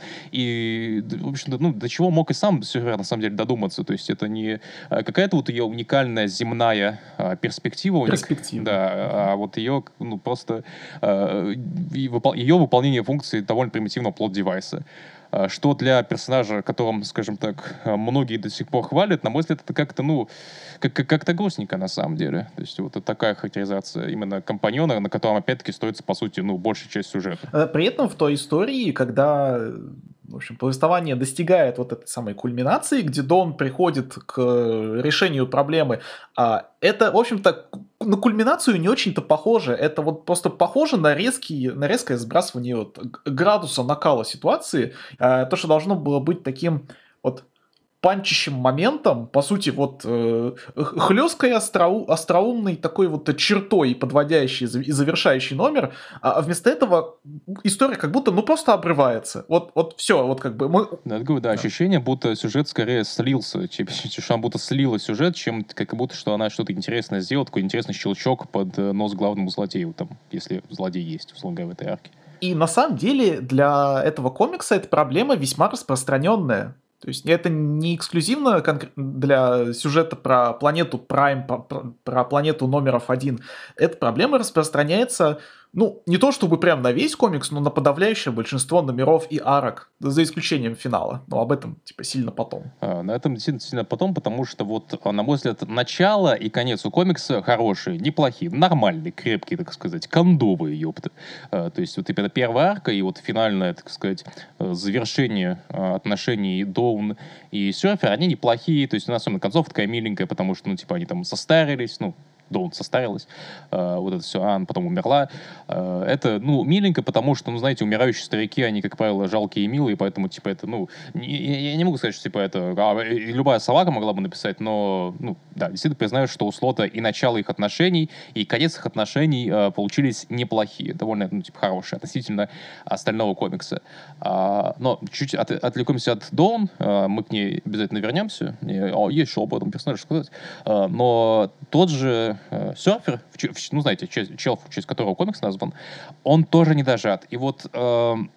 и, в общем-то, ну, до чего мог и сам Сюрер, на самом деле, додуматься, то есть это не э, какая-то вот ее уникальная земная э, перспектива у них, Перспектива. да, а вот ее, ну, просто э, и выпол- ее выполнение функции довольно примитивного плот-девайса. А, Что для персонажа, о котором, скажем так, а, многие до сих пор хвалят, на мой взгляд, это как-то, ну, как- как- как-то грустненько на самом деле. То есть вот это такая характеризация именно компаньона, на котором, опять-таки, строится, по сути, ну, большая часть сюжета. Э, При этом в той истории, когда, э, в общем, повествование достигает вот этой самой кульминации, где Дон приходит к э, решению проблемы, а, это, в общем-то, к- на кульминацию не очень-то похоже. Это вот просто похоже на, резкий, на резкое сбрасывание вот г- градуса накала ситуации. А, То, что должно было быть таким вот панчащим моментом, по сути, вот э, хлесткой остроу, остроумной такой вот чертой, подводящей за- и завершающий номер, а а вместо этого история как будто, ну, просто обрывается. Вот, вот все, вот как бы мы... Да, я говорю, да, Да. ощущение, будто сюжет скорее слился, чем, что она будто слила сюжет, чем как будто, что она что-то интересное сделала, такой интересный щелчок под э, нос главному злодею, там, если злодей есть, условно говоря, в этой арке. И на самом деле для этого комикса эта проблема весьма распространенная. То есть это не эксклюзивно конкр- для сюжета про планету Prime, про, про- про планету номеров один. Эта проблема распространяется, ну, не то чтобы прям на весь комикс, но на подавляющее большинство номеров и арок, за исключением финала. Но об этом, типа, сильно потом. А, На этом действительно сильно потом, потому что вот, а, на мой взгляд, начало и конец у комикса хорошие, неплохие, нормальные, крепкие, так сказать, кондовые, ёпта. А, То есть вот именно первая арка и вот финальное, так сказать, э, завершение а, отношений Доун и Серфер, они неплохие, то есть у нас особенно концовка такая миленькая, потому что, ну, типа, они там состарились, ну, Доун состарилась, э, вот это все, а она потом умерла. Э, это, ну, миленько, потому что, ну, знаете, умирающие старики, они, как правило, жалкие и милые, поэтому, типа, это, ну, не- я, я не могу сказать, что, типа, это а, и любая собака могла бы написать, но, ну, да, действительно признаю, что у Слота и начало их отношений, и конец их отношений э, получились неплохие, довольно, ну, типа, хорошие относительно остального комикса. А, но чуть от, отвлекемся от Доун, э, мы к ней обязательно вернемся, и, а, есть что об этом персонаже сказать, Э, но тот же э, серфер, в чё- в- ну, знаете, честь- чел, в честь которого комикс назван, он тоже не дожат. И вот э,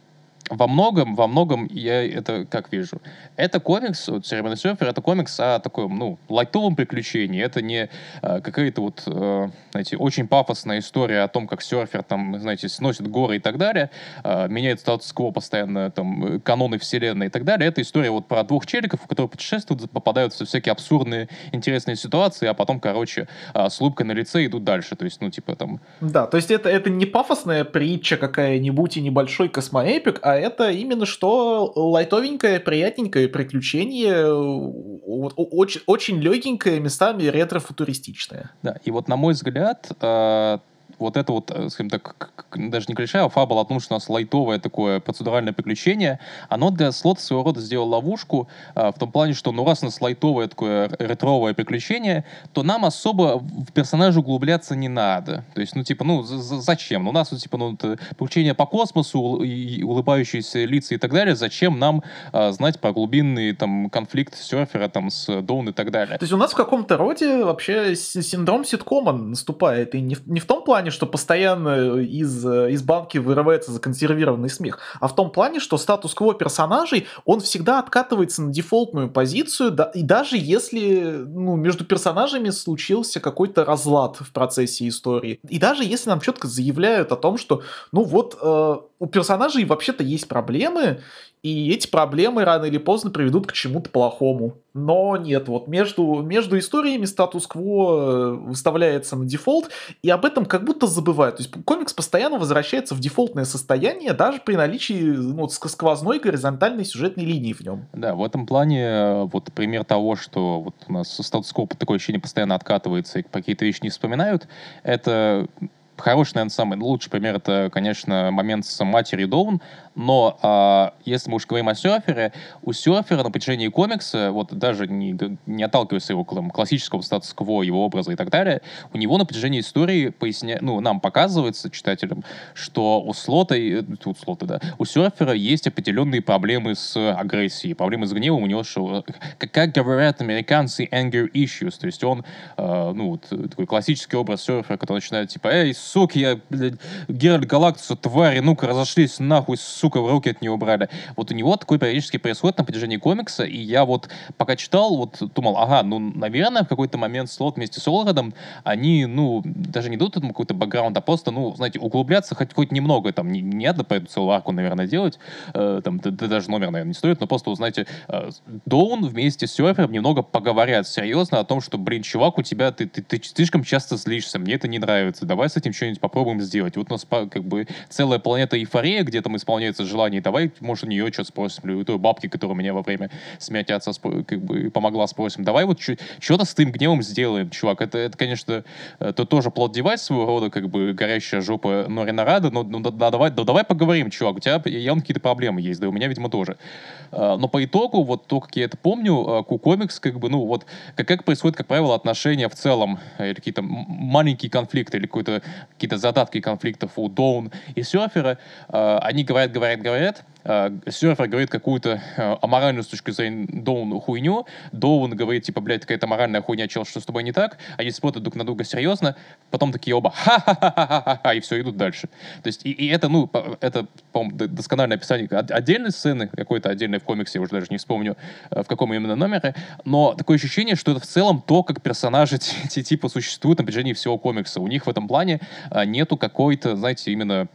во многом, во многом я это как вижу. Это комикс, вот «Серебряный серфер», это комикс о таком, ну, лайтовом приключении. Это не э, какая-то вот, э, знаете, очень пафосная история о том, как серфер там, знаете, сносит горы и так далее, э, меняет статус-кво постоянно, там, э, каноны вселенной и так далее. Это история вот про двух челиков, которые путешествуют, попадаются в всякие абсурдные, интересные ситуации, а потом, короче, э, с улыбкой на лице идут дальше. То есть, ну, типа там... Да, то есть это, это не пафосная притча какая-нибудь и небольшой космоэпик, а это именно что лайтовенькое, приятненькое приключение, вот, очень, очень легенькое, местами ретро-футуристичное. Да, и вот на мой взгляд, э, вот это вот, э, скажем так, к- к- даже не клише, а фабула о том, что у нас лайтовое такое процедуральное приключение, оно для слота своего рода сделало ловушку, э, в том плане, что ну раз у нас лайтовое такое р- ретровое приключение, то нам особо в персонажа углубляться не надо. То есть, ну типа, ну за- за- зачем? Ну, у нас вот, типа, ну, вот, э, приключение по космосу, ул- и улыбающиеся лица и так далее, зачем нам э, знать про глубинный там конфликт серфера там с Доун и так далее? То есть у нас в каком-то роде вообще с- синдром ситкома наступает, и не в, не в том плане, что постоянно из, э, из банки вырывается законсервированный смех, а в том плане, что статус-кво персонажей, он всегда откатывается на дефолтную позицию, да, и даже если ну, между персонажами случился какой-то разлад в процессе истории, и даже если нам четко заявляют о том, что ну вот э, у персонажей вообще-то есть проблемы, и эти проблемы рано или поздно приведут к чему-то плохому. Но нет, вот между, между историями статус-кво э, выставляется на дефолт, и об этом как будто забывают. То есть комикс постоянно возвращается в дефолтное состояние, даже при наличии ну, вот ск- сквозной горизонтальной сюжетной линии в нем. Да, в этом плане э, вот пример того, что вот у нас статус-кво такое ощущение постоянно откатывается и какие-то вещи не вспоминают, это хороший, наверное, самый лучший пример, это, конечно, момент с матерью Доун, но а, если мы уж говорим о серфере, у серфера на протяжении комикса, вот даже не, г- не отталкиваясь от его там, классического статус-кво, его образа и так далее, у него на протяжении истории поясня... ну, нам показывается, читателям, что у слота, э, тут слота, да, у серфера есть определенные проблемы с агрессией, проблемы с гневом, у него, что, как, как говорят американцы, anger issues, то есть он, э, ну, вот, э, такой классический образ серфера, который начинает, типа, эй, сука, я, блядь, Геральт Галактус, твари, ну-ка, разошлись нахуй, сука, в руки от него брали. Вот у него такое периодически происходит на протяжении комикса, и я вот, пока читал, вот думал, ага, ну, наверное, в какой-то момент Слот вместе с Олредом, они, ну, даже не дадут этому какой-то бэкграунд, а просто, ну, знаете, углубляться хоть, хоть немного, там, не, не надо по эту целую арку, наверное, делать, э, там, да, да даже номер, наверное, не стоит, но просто, знаете, э, Доун вместе с Серфером немного поговорят серьезно о том, что, блин, чувак, у тебя, ты, ты, ты слишком часто злишься, мне это не нравится, давай с этим что-нибудь попробуем сделать. Вот у нас, по- как бы, целая планета эйфория, где там исполняется желание, давай, может, у нее что-то спросим, или у той бабки, которая меня во время смерти отца спро- как бы помогла, спросим, давай вот что-то с твоим гневом сделаем, чувак. Это, это конечно, это тоже плод-девайс своего рода, как бы, горящая жопа Норина Рада, но, ну, да, да, давай, да, давай поговорим, чувак, у тебя явно какие-то проблемы есть, да, у меня, видимо, тоже. А, но по итогу, вот то, как я это помню, а, Ку-комикс, как бы, ну, вот, как, как происходит, как правило, отношения в целом, э, или какие-то м- маленькие конфликты, или какой-то, какие-то задатки конфликтов у Доун и Серфера, а, они говорят, говорят, говорят, а, Серфер говорит какую-то а, аморальную с точки зрения Доуна хуйню, Доун говорит, типа, блядь, какая-то моральная хуйня, чел, что с тобой не так, они смотрят друг на друга серьезно, потом такие оба ха-ха-ха-ха-ха, и все, идут дальше. То есть, и, и это, ну, по- это, по-моему, д- доскональное описание от- отдельной сцены, какой-то отдельной в комиксе, я уже даже не вспомню, э, в каком именно номере, но такое ощущение, что это в целом то, как персонажи эти типа существуют на протяжении всего комикса. У них в этом плане а, нету какой-то, знаете, именно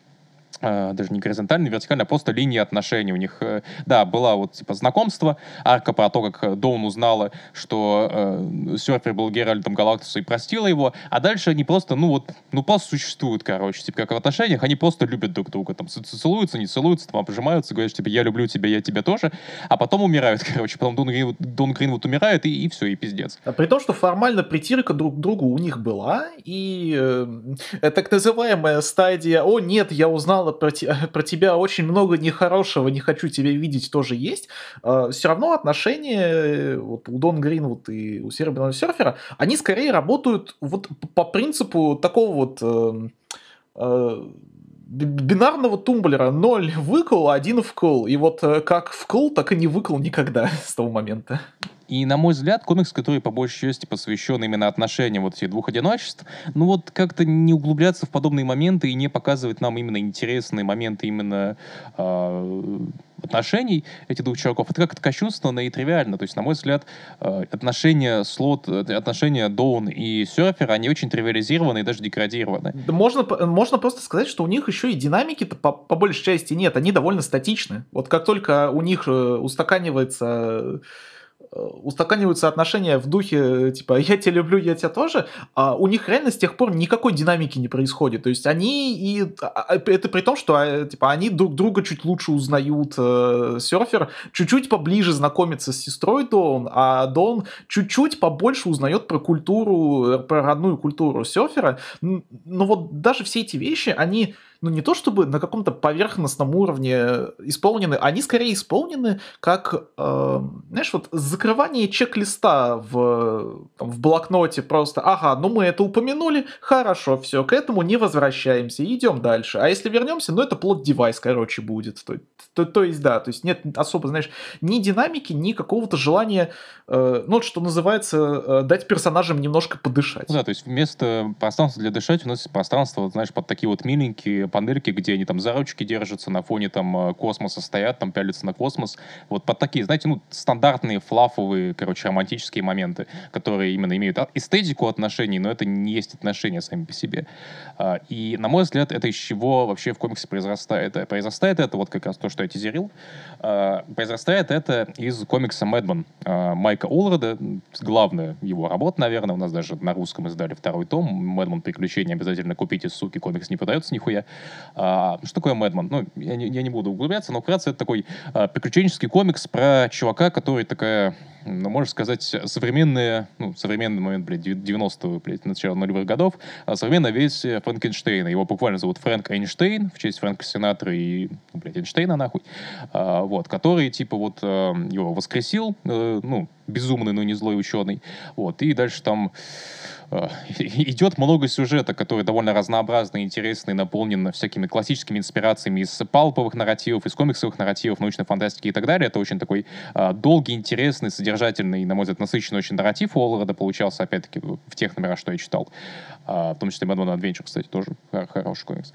э, даже не горизонтальной, вертикальной, а просто линии отношений. У них, э, да, была вот типа знакомство, арка про то, как э, Доун узнала, что э, Серфер был Геральтом Галактуса и простила его, а дальше они просто, ну вот, ну просто существуют, короче, типа как в отношениях, они просто любят друг друга, там ц- целуются, не целуются, там пожимаются, говорят, типа я люблю тебя, я тебя тоже, а потом умирают, короче, потом Дон Гринвуд, Дон Гринвуд умирает, и, и все, и пиздец. А При том, что формально притирка друг к другу у них была, и э, э, так называемая стадия «О, нет, я узнала про, те- про тебя очень много нехорошего, не хочу тебя видеть» тоже есть. Все равно отношения э, вот, у Дон Гринвуд и у Серебряного Серфера, они скорее работают вот п- по принципу такого вот... э, э, б- бинарного тумблера: ноль выкл, один вкл. И вот э, как вкл, так и не выкл никогда с того момента. И, на мой взгляд, комикс, который по большей части посвящен именно отношениям вот этих двух одиночеств, ну вот как-то не углубляться в подобные моменты и не показывать нам именно интересные моменты именно э, отношений этих двух чуваков, это как-то кощунственно и тривиально. То есть, на мой взгляд, э, отношения Слот, э, отношения Доун и Серфера, они очень тривиализированы и даже деградированы. Да можно, п- можно просто сказать, что у них еще и динамики-то по, по большей части нет, они довольно статичны. Вот как только у них э, устаканивается э, устаканиваются отношения в духе, типа, я тебя люблю, я тебя тоже, а у них реально с тех пор никакой динамики не происходит. То есть они и... а, а, Это при том, что, а, типа, они друг друга чуть лучше узнают. э, Серфер чуть-чуть поближе знакомится с сестрой Доун, а Доун чуть-чуть побольше узнает про культуру, э, про родную культуру Серфера. Н- Но вот даже все эти вещи, они, ну, не то чтобы на каком-то поверхностном уровне исполнены, они скорее исполнены как, э, знаешь, вот закрывание чек-листа в, там, в блокноте просто. Ага, ну мы это упомянули, хорошо, все, к этому не возвращаемся, идем дальше. А если вернемся, ну это плот-девайс, короче, будет. То, то, то есть, да, то есть нет особо, знаешь, ни динамики, ни какого-то желания, э, ну, что называется, э, дать персонажам немножко подышать. Ну да, то есть вместо пространства для дышать у нас есть пространство, вот, знаешь, под такие вот миленькие панельки, где они там за ручки держатся, на фоне там э, космоса стоят, там пялятся на космос. Вот под такие, знаете, ну, стандартные флафовые, короче, романтические моменты, которые именно имеют а- эстетику отношений, но это не есть отношения сами по себе. А, И, на мой взгляд, это из чего вообще в комиксе произрастает. А Произрастает это, вот как раз то, что я тизерил, а, произрастает это из комикса «Мэдман» а, Майка Олреда. Главная его работа, наверное, у нас даже на русском издали второй том. «Мэдман. Приключения». Обязательно купите, суки, комикс не продается нихуя. А, что такое «Мэдман»? Ну, я не, я не буду углубляться, но вкратце это такой а, приключенческий комикс про чувака, который такая, ну, можно сказать, современная, ну, современный момент, блядь, девяностых, блядь, начала нулевых годов, а современная версия Франкенштейна. Его буквально зовут Фрэнк Эйнштейн, в честь Фрэнка Синатра и, ну, блядь, Эйнштейна, нахуй. А, вот, который, типа, вот, э, его воскресил, э, ну, безумный, но не злой ученый. Вот, и дальше там э, идет много сюжета, который довольно разнообразный, интересный, наполнен всякими классическими инспирациями из палповых нарративов, из комиксовых нарративов, научной фантастики и так далее. Это очень такой э, долгий, интересный, содержательный, на мой взгляд, насыщенный очень нарратив у Олларда получался, опять-таки, в тех номерах, что я читал. А, в том числе Mad Men Adventure, кстати, тоже хор- хороший комикс.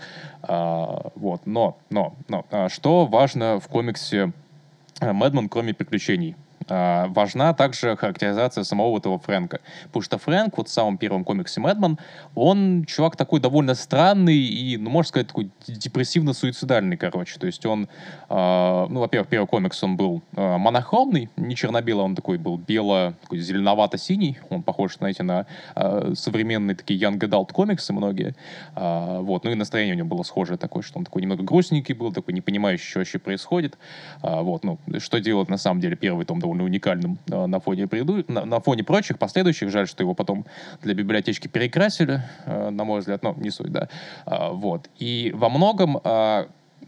А, вот, но, но, но, а, что важно в комиксе Мэдман, кроме приключений? А, важна также характеризация самого этого Фрэнка. Потому что Фрэнк, вот в самом первом комиксе Мэдман, он чувак такой довольно странный и, ну, можно сказать, такой депрессивно-суицидальный, короче. То есть он, а, ну, во-первых, первый комикс, он был а, монохромный, не черно-белый, он такой был бело, такой зеленовато-синий. Он похож, знаете, на а, современные такие young adult комиксы многие. А, вот, ну и настроение у него было схожее такое, что он такой немного грустненький был, такой не понимающий, что вообще происходит. А, вот, ну, что делает на самом деле первый том довольно уникальным а, на фоне преду... на, на фоне прочих последующих. Жаль, что его потом для библиотечки перекрасили, а, на мой взгляд, но не суть, да. А, вот. И во многом а,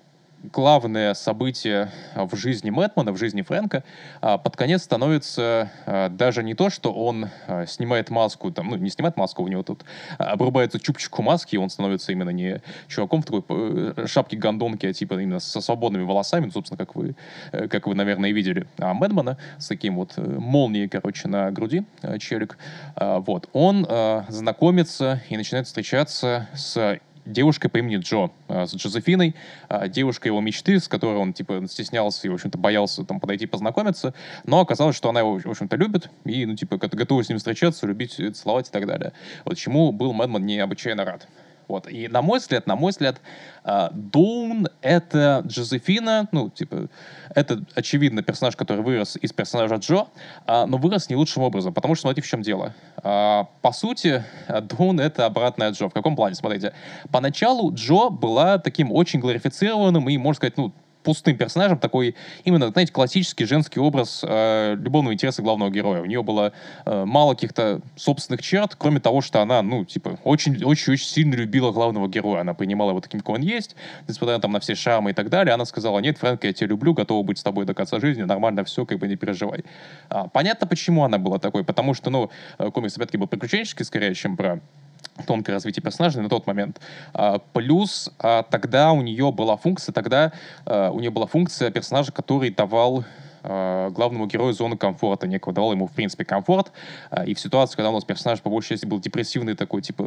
главное событие в жизни Мэтмана, в жизни Фрэнка, а, под конец становится а, даже не то, что он а, снимает маску, там, ну, не снимает маску, у него тут а, обрубается чубчик у маски, и он становится именно не чуваком в такой э, шапке-гондонке, а типа именно со свободными волосами, ну, собственно, как вы, э, как вы, наверное, и видели, а Мэтмана с таким вот э, молнией, короче, на груди, э, челик, а, вот, он а, знакомится и начинает встречаться с девушкой по имени Джо, а, с Джозефиной, а, девушка его мечты, с которой он, типа, стеснялся и, в общем-то, боялся там подойти познакомиться, но оказалось, что она его, в общем-то, любит и, ну, типа, гот- готова с ним встречаться, любить, э, целовать и так далее. Вот чему был Мэдман необычайно рад. Вот. И на мой взгляд, на мой взгляд, а, Доун — это Джозефина, ну, типа, это, очевидно, персонаж, который вырос из персонажа Джо, а, но вырос не лучшим образом, потому что, смотрите, в чем дело. А, по сути, а, Доун — это обратная Джо. В каком плане? Смотрите, поначалу Джо была таким очень глорифицированным и, можно сказать, ну, пустым персонажем, такой именно, знаете, классический женский образ э, любовного интереса главного героя. У нее было э, мало каких-то собственных черт, кроме того, что она, ну, типа, очень-очень-очень сильно любила главного героя. Она принимала его таким, какой он есть, несмотря там на все шрамы и так далее. Она сказала: нет, Фрэнк, я тебя люблю, готова быть с тобой до конца жизни, нормально все, как бы не переживай. А, понятно, почему она была такой, потому что, ну, э, комикс, опять-таки, был приключенческий, скорее, чем про тонкое развитие персонажей на тот момент. А, плюс а, тогда у нее была функция, тогда а, у нее была функция персонажа, который давал э, главному герою зону комфорта некого, давал ему, в принципе, комфорт. Э, и в ситуации, когда у нас персонаж, по большей части, был депрессивный такой, типа,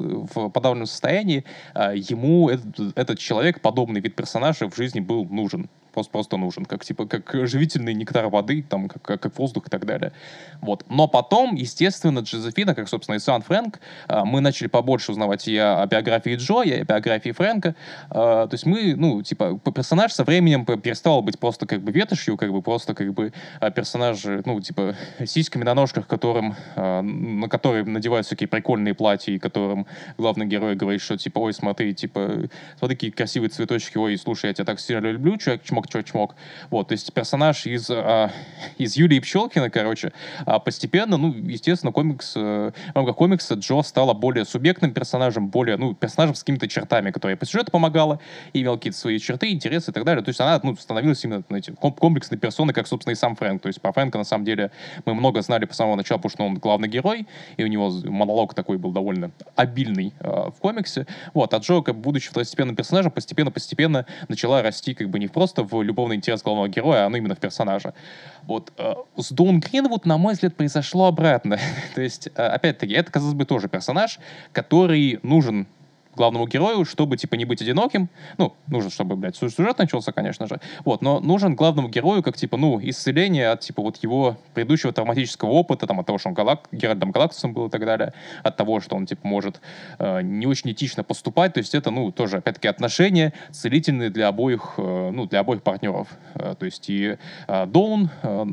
в подавленном состоянии, э, ему этот, этот человек, подобный вид персонажа в жизни был нужен. Просто, просто нужен, как, типа, как живительный нектар воды, там, как, как, как воздух и так далее. Вот. Но потом, естественно, Джозефина, как, собственно, и сам Фрэнк, мы начали побольше узнавать и о биографии Джо, и о биографии Фрэнка. То есть мы, ну, типа, персонаж со временем перестал быть просто, как бы, ветошью, как бы, просто, как бы, персонаж, ну, типа, сиськами на ножках, которым, на которые надевают всякие прикольные платья, и которым главный герой говорит, что, типа, ой, смотри, типа, смотри, какие красивые цветочки, ой, слушай, я тебя так сильно люблю, чувак, чмок, чмок. Вот, то есть персонаж из, а, из Юлии Пчелкина, короче, а постепенно, ну, естественно, комикс, э, в рамках комикса Джо стала более субъектным персонажем, более, ну, персонажем с какими-то чертами, которые по сюжету помогала, имел какие-то свои черты, интересы и так далее. То есть она, ну, становилась именно, знаете, комплексной персоной, как, собственно, и сам Фрэнк. То есть про Фрэнка, на самом деле, мы много знали по самого начала, потому что он главный герой, и у него монолог такой был довольно обильный э, в комиксе. Вот, а Джо, как, будучи второстепенным персонажем, постепенно-постепенно начала расти, как бы, не просто в любовный интерес главного героя, а именно в персонажа. Вот. Э, с Доун Гринвуд, на мой взгляд, произошло обратно. То есть, э, опять-таки, это, казалось бы, тоже персонаж, который нужен главному герою, чтобы, типа, не быть одиноким. Ну, нужно, чтобы, блядь, сюжет начался, конечно же. Вот, но нужен главному герою как, типа, ну, исцеление от, типа, вот его предыдущего травматического опыта, там, от того, что он галак... Геральдом Галактусом был и так далее, от того, что он, типа, может э, не очень этично поступать. То есть это, ну, тоже, опять-таки, отношения целительные для обоих, э, ну, для обоих партнеров. Э, то есть и э, Доун... Э,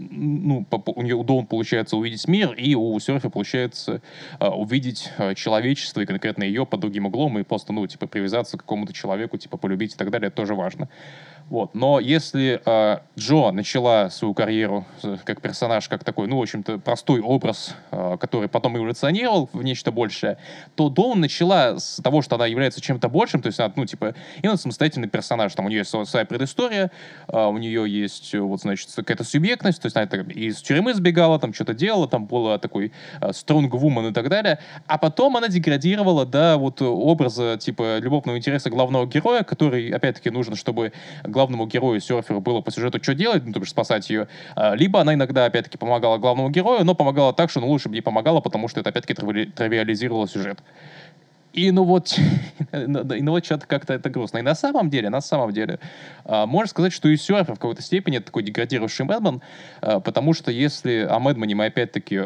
ну, у нее у Доун получается увидеть мир, и у Серфи получается э, увидеть э, человечество, и конкретно ее под другим углом, и просто, ну, типа, привязаться к какому-то человеку, типа, полюбить и так далее, это тоже важно. Вот. Но если э, Джо начала свою карьеру как персонаж, как такой, ну, в общем-то, простой образ, э, который потом эволюционировал в нечто большее, то Доун начала с того, что она является чем-то большим, то есть она, ну, типа, именно самостоятельный персонаж, там у нее есть своя предыстория, э, у нее есть, вот, значит, какая-то субъектность, то есть она это, из тюрьмы сбегала, там что-то делала, там была такой э, strong woman и так далее, а потом она деградировала до вот образа, типа, любовного интереса главного героя, который, опять-таки, нужен, чтобы главному герою, серферу, было по сюжету что делать, ну, то есть спасать ее, либо она иногда, опять-таки, помогала главному герою, но помогала так, что, ну, лучше бы не помогала, потому что это, опять-таки, тривиализировало сюжет. И ну вот, и ну вот что-то как-то это грустно. И на самом деле, на самом деле, можно сказать, что и серфер в какой-то степени это такой деградировавший Мэдман, потому что если о Мэдмане мы, опять-таки,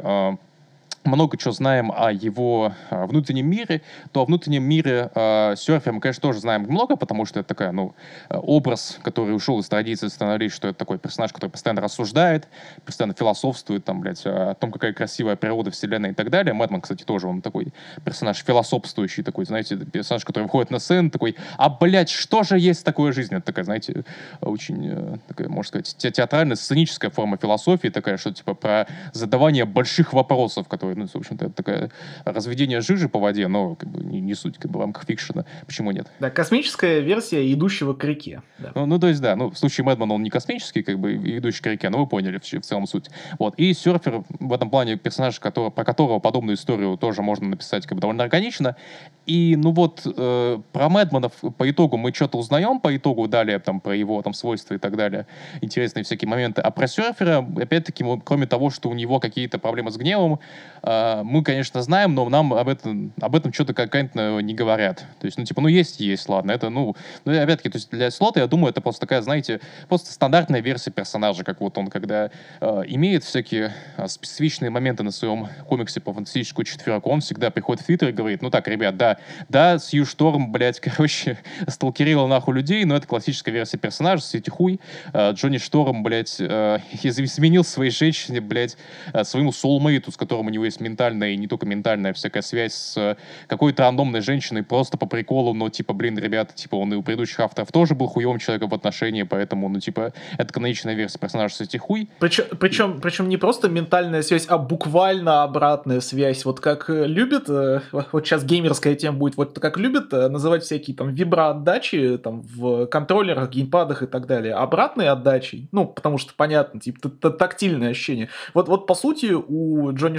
много чего знаем о его э, внутреннем мире, то о внутреннем мире э, серфера мы, конечно, тоже знаем много, потому что это такой, ну, образ, который ушел из традиции становились, что это такой персонаж, который постоянно рассуждает, постоянно философствует, там, блядь, о том, какая красивая природа, вселенная и так далее. Мэдман, кстати, тоже он такой персонаж философствующий, такой, знаете, персонаж, который выходит на сцену, такой, а, блядь, что же есть такое жизнь? Это такая, знаете, очень, э, такая, можно сказать, те театральная, сценическая форма философии, такая, что, типа, про задавание больших вопросов, которые, ну, в общем-то, это такое разведение жижи по воде, но как бы, не, не суть, как бы, в рамках фикшена. Почему нет? Да, космическая версия идущего к реке. Да. Ну, ну, то есть, да, ну, в случае Мэдмана он не космический, как бы, идущий к реке, но вы поняли в, в целом суть. Вот. И серфер в этом плане персонаж, который, про которого подобную историю тоже можно написать как бы довольно органично. И, ну вот, э, про Мэдмана по итогу мы что-то узнаем, по итогу далее, там, про его там свойства и так далее, интересные всякие моменты. А про серфера, опять-таки, кроме того, что у него какие-то проблемы с гневом, э, мы, конечно, знаем, но нам об этом, об этом что-то как-то не говорят. То есть, ну, типа, ну, есть, есть, ладно, это, ну, ну, опять-таки, то есть для слота, я думаю, это просто такая, знаете, просто стандартная версия персонажа, как вот он, когда э, имеет всякие э, специфичные моменты на своем комиксе по фантастическую четверку, он всегда приходит в Твиттер и говорит, ну, так, ребят, да, да, Сью Шторм, блядь, короче, сталкерировал нахуй людей, но это классическая версия персонажа, Сьюти Хуй, э, Джонни Шторм, блядь, э, изменил своей женщине, блядь, э, своему соулмейту, с которым у него есть ментальная и не только ментальная всякая связь с э, какой-то рандомной женщиной просто по приколу, но, типа, блин, ребята, типа, он и у предыдущих авторов тоже был хуевым человеком в отношении, поэтому, ну, типа, это каноничная версия персонажа Сьюти Хуй. Причем, причем, причем не просто ментальная связь, а буквально обратная связь. Вот как любят, вот сейчас геймерская тема будет, вот как любят называть всякие там виброотдачи там в контроллерах, геймпадах и так далее. Обратные отдачи, ну, потому что понятно, типа, тактильное ощущение. Вот, вот по сути у Джонни Шторма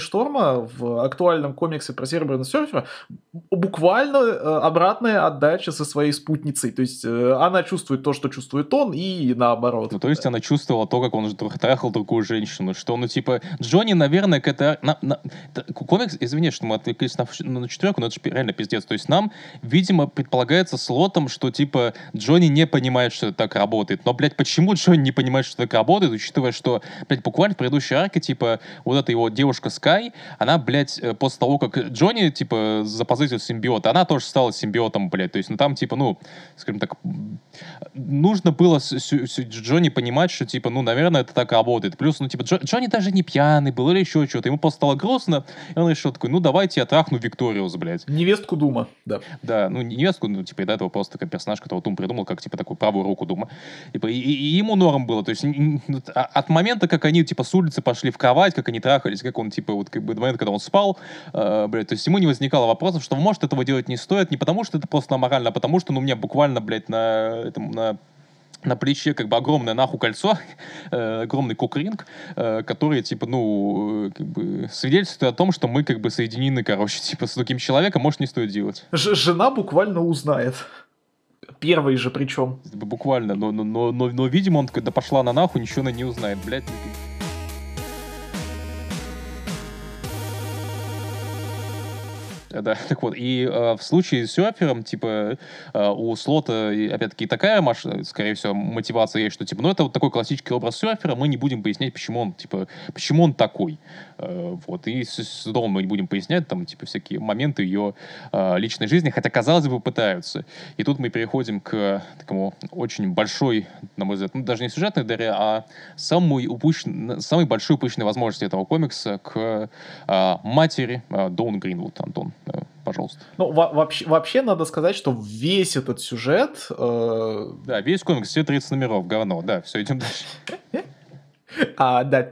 Тома в актуальном комиксе про Серебряного серфера буквально э, обратная отдача со своей спутницей. То есть э, она чувствует то, что чувствует он, и наоборот. Ну, то есть она чувствовала то, как он же трахал другую женщину, что, ну, типа, Джонни, наверное, к этой... На, на, комикс, извини, что мы отвлеклись на, на четверку, но это же реально пиздец. То есть нам, видимо, предполагается слотом, что, типа, Джонни не понимает, что это так работает. Но, блядь, почему Джонни не понимает, что так работает, учитывая, что, блядь, буквально в предыдущей арке, типа, вот эта его девушка Скай, она, блядь, после того, как Джонни, типа, запозычил симбиота, она тоже стала симбиотом, блядь. То есть, ну, там, типа, ну, скажем так, нужно было с, с, с Джонни понимать, что, типа, ну, наверное, это так работает. Плюс, ну, типа, Джо, Джонни даже не пьяный был или еще что-то. Ему просто стало грустно, и он решил такой, ну, давайте я трахну Викториус, блядь. Невестку Дума, да. Да, ну, не невестку, ну, типа, и до этого просто такой персонаж, которого Дум придумал, как, типа, такую правую руку Дума. Типа, и, и ему норм было. То есть, от момента, как они, типа, с улицы пошли в кровать, как они трахались, как он, типа, вот, как бы, до момента, когда он спал, э, блядь, то есть, ему не возникало вопросов, что, может, этого делать не стоит, не потому, что это просто аморально, а потому, что, ну, у меня буквально, блядь, на этом, на на плече как бы огромное нахуй кольцо, э, огромный кокринг, э, который, типа, ну, э, как бы свидетельствует о том, что мы как бы соединены, короче, типа, с другим человеком, может, не стоит делать. Ж- жена буквально узнает. Первый же причем. Буквально, но, но, но, но, но, видимо, он когда пошла на нахуй, ничего она не узнает, блядь. Да, так вот, и э, в случае с серфером, типа, э, у слота, опять-таки, такая, маш... скорее всего, мотивация есть, что, типа, ну, это вот такой классический образ серфера, мы не будем пояснять, почему он, типа, почему он такой. Э, вот, и с, с Дом мы не будем пояснять, там, типа, всякие моменты ее э, личной жизни, хотя, казалось бы, пытаются. И тут мы переходим к такому очень большой, на мой взгляд, ну, даже не сюжетной дыре, а самой, упущен... самой большой упущенной возможности этого комикса к э, матери э, Доун Гринвуд, Антон. Пожалуйста. Ну, во- вообще, вообще надо сказать, что весь этот сюжет... Э... Да, весь комикс, все тридцать номеров, говно. Да, все, идем дальше. А, да.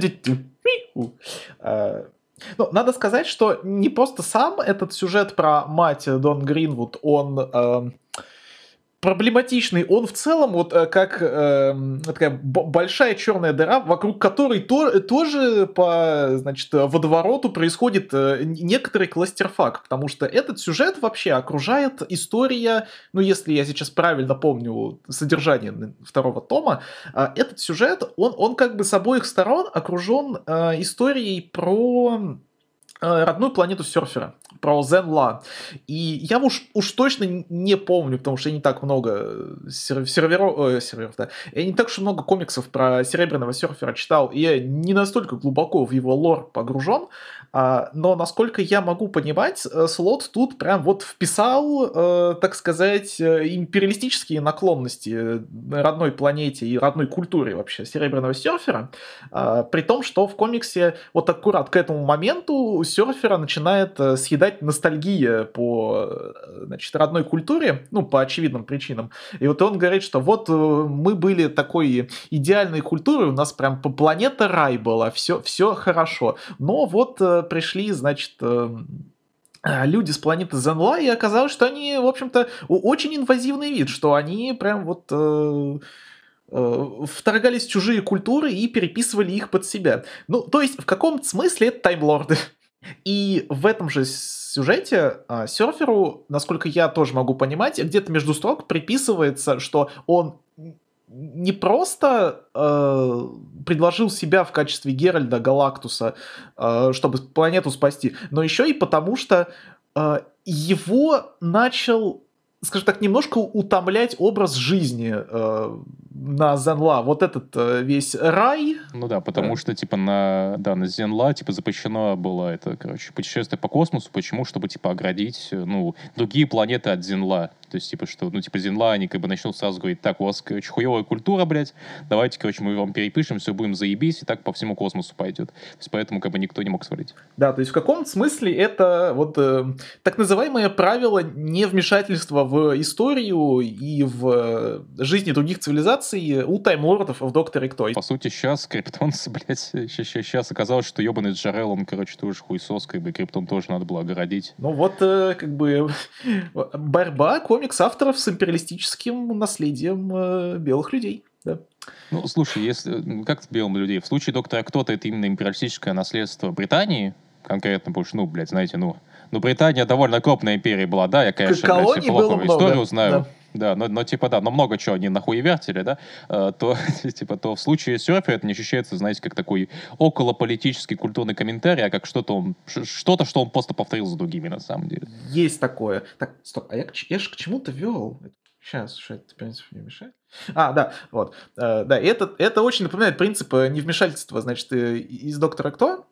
Ну, надо сказать, что не просто сам этот сюжет про мать Дон Гринвуд, он... Э... проблематичный, он в целом вот э, как э, такая б- большая черная дыра, вокруг которой то, тоже по, значит, водовороту происходит э, некоторый кластерфак, потому что этот сюжет вообще окружает история, ну если я сейчас правильно помню содержание второго тома, э, этот сюжет, он, он как бы с обоих сторон окружен э, историей про родную планету серфера, про Зен-Ла. И я уж, уж точно не помню, потому что я не так много сер- серверов, э, серверов, да, я не так уж много комиксов про серебряного серфера читал, и я не настолько глубоко в его лор погружен, а, но насколько я могу понимать, Слот тут прям вот вписал, э, так сказать, империалистические наклонности родной планете и родной культуре вообще серебряного серфера, э, при том, что в комиксе вот аккурат к этому моменту серфера начинает э, съедать ностальгия по, э, значит, родной культуре, ну, по очевидным причинам. И вот он говорит, что вот э, мы были такой идеальной культурой, у нас прям планета рай была, все, все хорошо. Но вот э, пришли, значит... Э, люди с планеты Зен-Ла, и оказалось, что они, в общем-то, очень инвазивный вид, что они прям вот... Э, вторгались в чужие культуры и переписывали их под себя. Ну, то есть, в каком-то смысле это таймлорды. И в этом же сюжете а, серферу, насколько я тоже могу понимать, где-то между строк приписывается, что он не просто э, предложил себя в качестве Геральда Галактуса, э, чтобы планету спасти, но еще и потому, что э, его начал, скажем так, немножко утомлять образ жизни э, на Зен-Ла. Вот этот э, весь рай. Ну да, потому что, типа, на, да, на Зен-Ла, типа, запрещено было это, короче, путешествие по космосу. Почему? Чтобы, типа, оградить, ну, другие планеты от Зен-Ла. То есть, типа, что, ну, типа, Зен-Ла, они, как бы, начнут сразу говорить, так, у вас, короче, хуевая культура, блядь, давайте, короче, мы вам перепишем, все, будем заебись, и так по всему космосу пойдет. То есть, поэтому, как бы, никто не мог свалить. Да, то есть, в каком-то смысле это вот э, так называемое правило невмешательства в историю и в э, жизни других цивилизаций у таймлордов в Докторе Кто. По сути, сейчас криптонцы, блядь, сейчас оказалось, что ебаный Джарел, он, короче, тоже хуесос, как бы, криптон тоже надо было огородить. Ну вот, э, как бы, борьба комикс-авторов с империалистическим наследием э, белых людей, да. Ну, слушай, если, как с белым людей? В случае Доктора Кто-то это именно империалистическое наследство Британии, конкретно, потому что, ну, блядь, знаете, ну, ну, Британия довольно крупная империя была, да, я, конечно, блядь, Колоний все плохо было много, историю знаю. да. Да, но, но типа, да, но много чего они нахуевертили, да, э, то, типа, то в случае серфера это не ощущается, знаете, как такой околополитический культурный комментарий, а как что-то он, ш- что-то, что он просто повторил за другими, на самом деле. Есть такое. Так, стоп, а я, к ч- я же к чему-то вел. Сейчас, что это, в принципе, не мешает. А, да, вот. Э, да, это, это очень напоминает принцип э, невмешательства, значит, э, из «Доктора Кто»,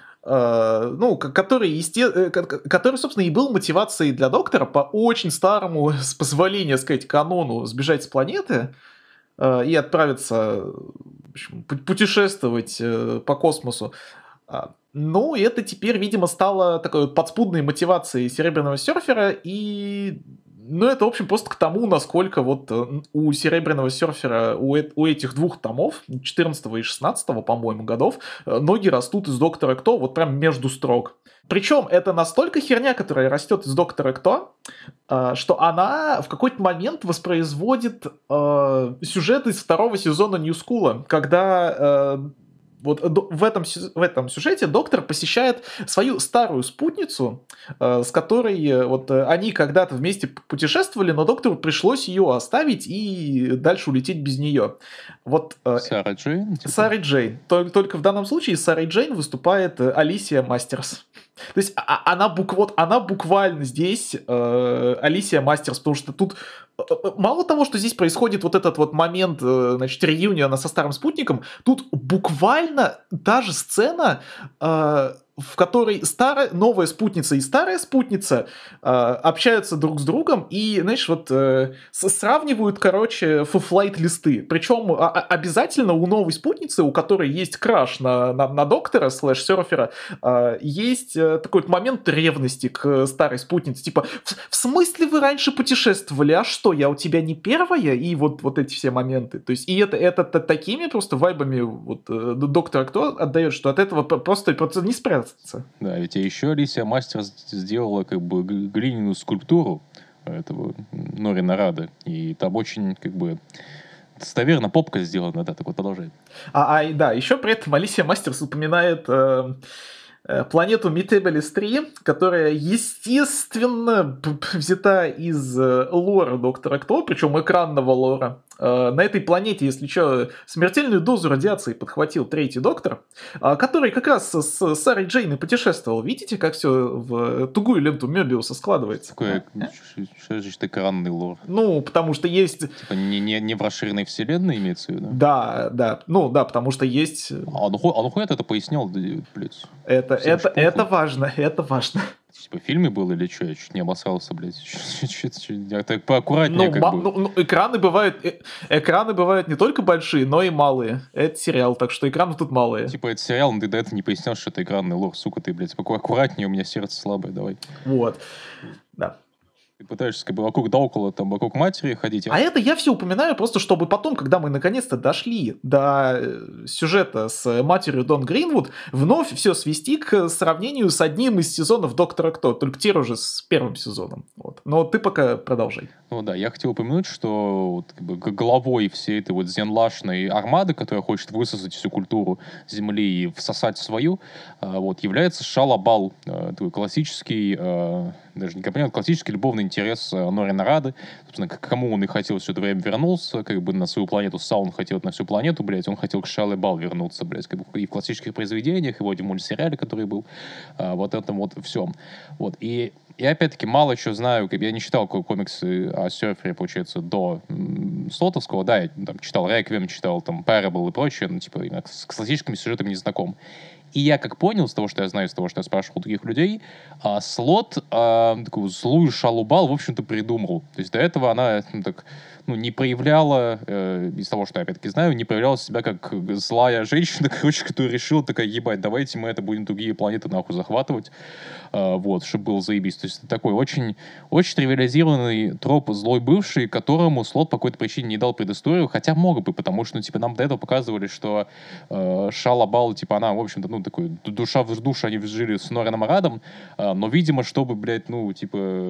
э, ну, к- который, есте... э, ко- ко- который, собственно, и был мотивацией для Доктора по очень старому, с позволения сказать, канону сбежать с планеты э, и отправиться, в общем, пу- путешествовать э, по космосу. А, Ну, это теперь, видимо, стало такой вот подспудной мотивацией Серебряного Серфера, и, ну, это, в общем, просто к тому, насколько вот э, у Серебряного Серфера, у, э- у этих двух томов, четырнадцатого и шестнадцатого, по-моему, годов, э, ноги растут из Доктора Кто вот прям между строк. Причем это настолько херня, которая растет из Доктора Кто, э, что она в какой-то момент воспроизводит э, сюжет из второго сезона Ньюскула, когда э, вот до- в этом, сю- в этом сюжете доктор посещает свою старую спутницу, э, с которой э, вот э, они когда-то вместе п- путешествовали, но доктору пришлось ее оставить и дальше улететь без нее. Вот э, Сара Джейн, типа. Сарой Джейн. Тол- Только в данном случае Сарой Джейн выступает э, Алисия Мастерс. То есть а- а- она, бук- вот, она буквально здесь э, Алисия Мастерс, потому что тут э, э, мало того, что здесь происходит вот этот вот момент, э, значит, реюниона со старым спутником, тут буквально та же сцена, э, в которой старая, новая спутница и старая спутница э, общаются друг с другом и, знаешь, вот э, с- сравнивают, короче, флайт листы. Причем а- а- обязательно у новой спутницы, у которой есть краш на, на, на доктора слэш-серфера, э, есть э, такой вот момент ревности к старой спутнице. Типа, в, в смысле вы раньше путешествовали? А что, я у тебя не первая? И вот, вот эти все моменты. То есть, и это, это, т- такими просто вайбами вот, э, доктора Кто отдает, что от этого п- просто, просто не спрятаться. Да, ведь еще Алисия Мастер сделала как бы г- глиняную скульптуру этого Норина Рада, и там очень как бы достоверно попка сделана, да, так вот продолжай. А, а, и да, еще при этом Алисия Мастерс упоминает э, э, планету Метебелис три, которая, естественно, п- п- взята из э, лора Доктора Кто, причем экранного лора. Э, на этой планете, если что, смертельную дозу радиации подхватил третий доктор, э, который как раз с Сарой Джейн и путешествовал. Видите, как все в тугую ленту Мёбиуса складывается? Такое, А? что значит экранный лор? Ну, потому что есть... Типа не, не, не в расширенной вселенной имеется в виду? Да, да, ну да, потому что есть... А ну, ху- а ну хуй это пояснял, да, блядь. Это, Всем это, ж похуй. это важно, это важно. Типа в фильме был или что? Я чуть не обосрался, блядь. Чуть- чуть- Я так поаккуратнее Ну, как ма- бы. ну, ну, экраны бывают, э- экраны бывают не только большие, но и малые. Это сериал, так что экраны тут малые. Типа это сериал, но ты до этого не пояснял, что это экранный лор. Сука, ты, блядь, пока аккуратнее, у меня сердце слабое, давай. Вот, да. Ты пытаешься как бы вокруг да около, там, вокруг матери ходить. А это я все упоминаю просто, чтобы потом, когда мы наконец-то дошли до э, сюжета с матерью Дон Гринвуд, вновь все свести к сравнению с одним из сезонов Доктора Кто, только теперь уже с первым сезоном. Вот. Но ты пока продолжай. Ну да, я хотел упомянуть, что вот, как бы, г- главой всей этой вот зенлашной армады, которая хочет высосать всю культуру Земли и всосать свою, а, вот, является Шалабал, а, такой классический, а, даже не компонент, классический любовный интерес а, Норина Рады. Собственно, к кому он и хотел все это время вернулся, как бы на свою планету Саун хотел на всю планету, блядь, он хотел к Шалабал вернуться, блядь, как бы и в классических произведениях, и вроде в мультсериале, который был, а, вот этом вот всем. Вот, и я, опять-таки, мало чего знаю, как- я не читал ко- комиксы о серфере, получается, до м, Слотовского, да, я там, читал Реквием, читал там Parable и прочее, ну, типа, именно с классическими сюжетами не знаком. И я как понял, с того, что я знаю, с того, что я спрашивал у других людей, а, Слот а, такую злую Шалубал, в общем-то, придумал. То есть до этого она ну, так, ну, не проявляла, э, из того, что я опять-таки знаю, не проявляла себя как злая женщина, короче, которая решила такая, ебать, давайте мы это будем другие планеты нахуй захватывать, а, вот, чтобы было заебись. То есть это такой очень, очень тривиализированный троп злой бывший, которому Слот по какой-то причине не дал предысторию, хотя мог бы, потому что, ну, типа, нам до этого показывали, что э, Шалабал, типа, она, в общем-то, ну, такой, душа в душу они жили с Норином Радом, а, но, видимо, чтобы, блядь, ну, типа,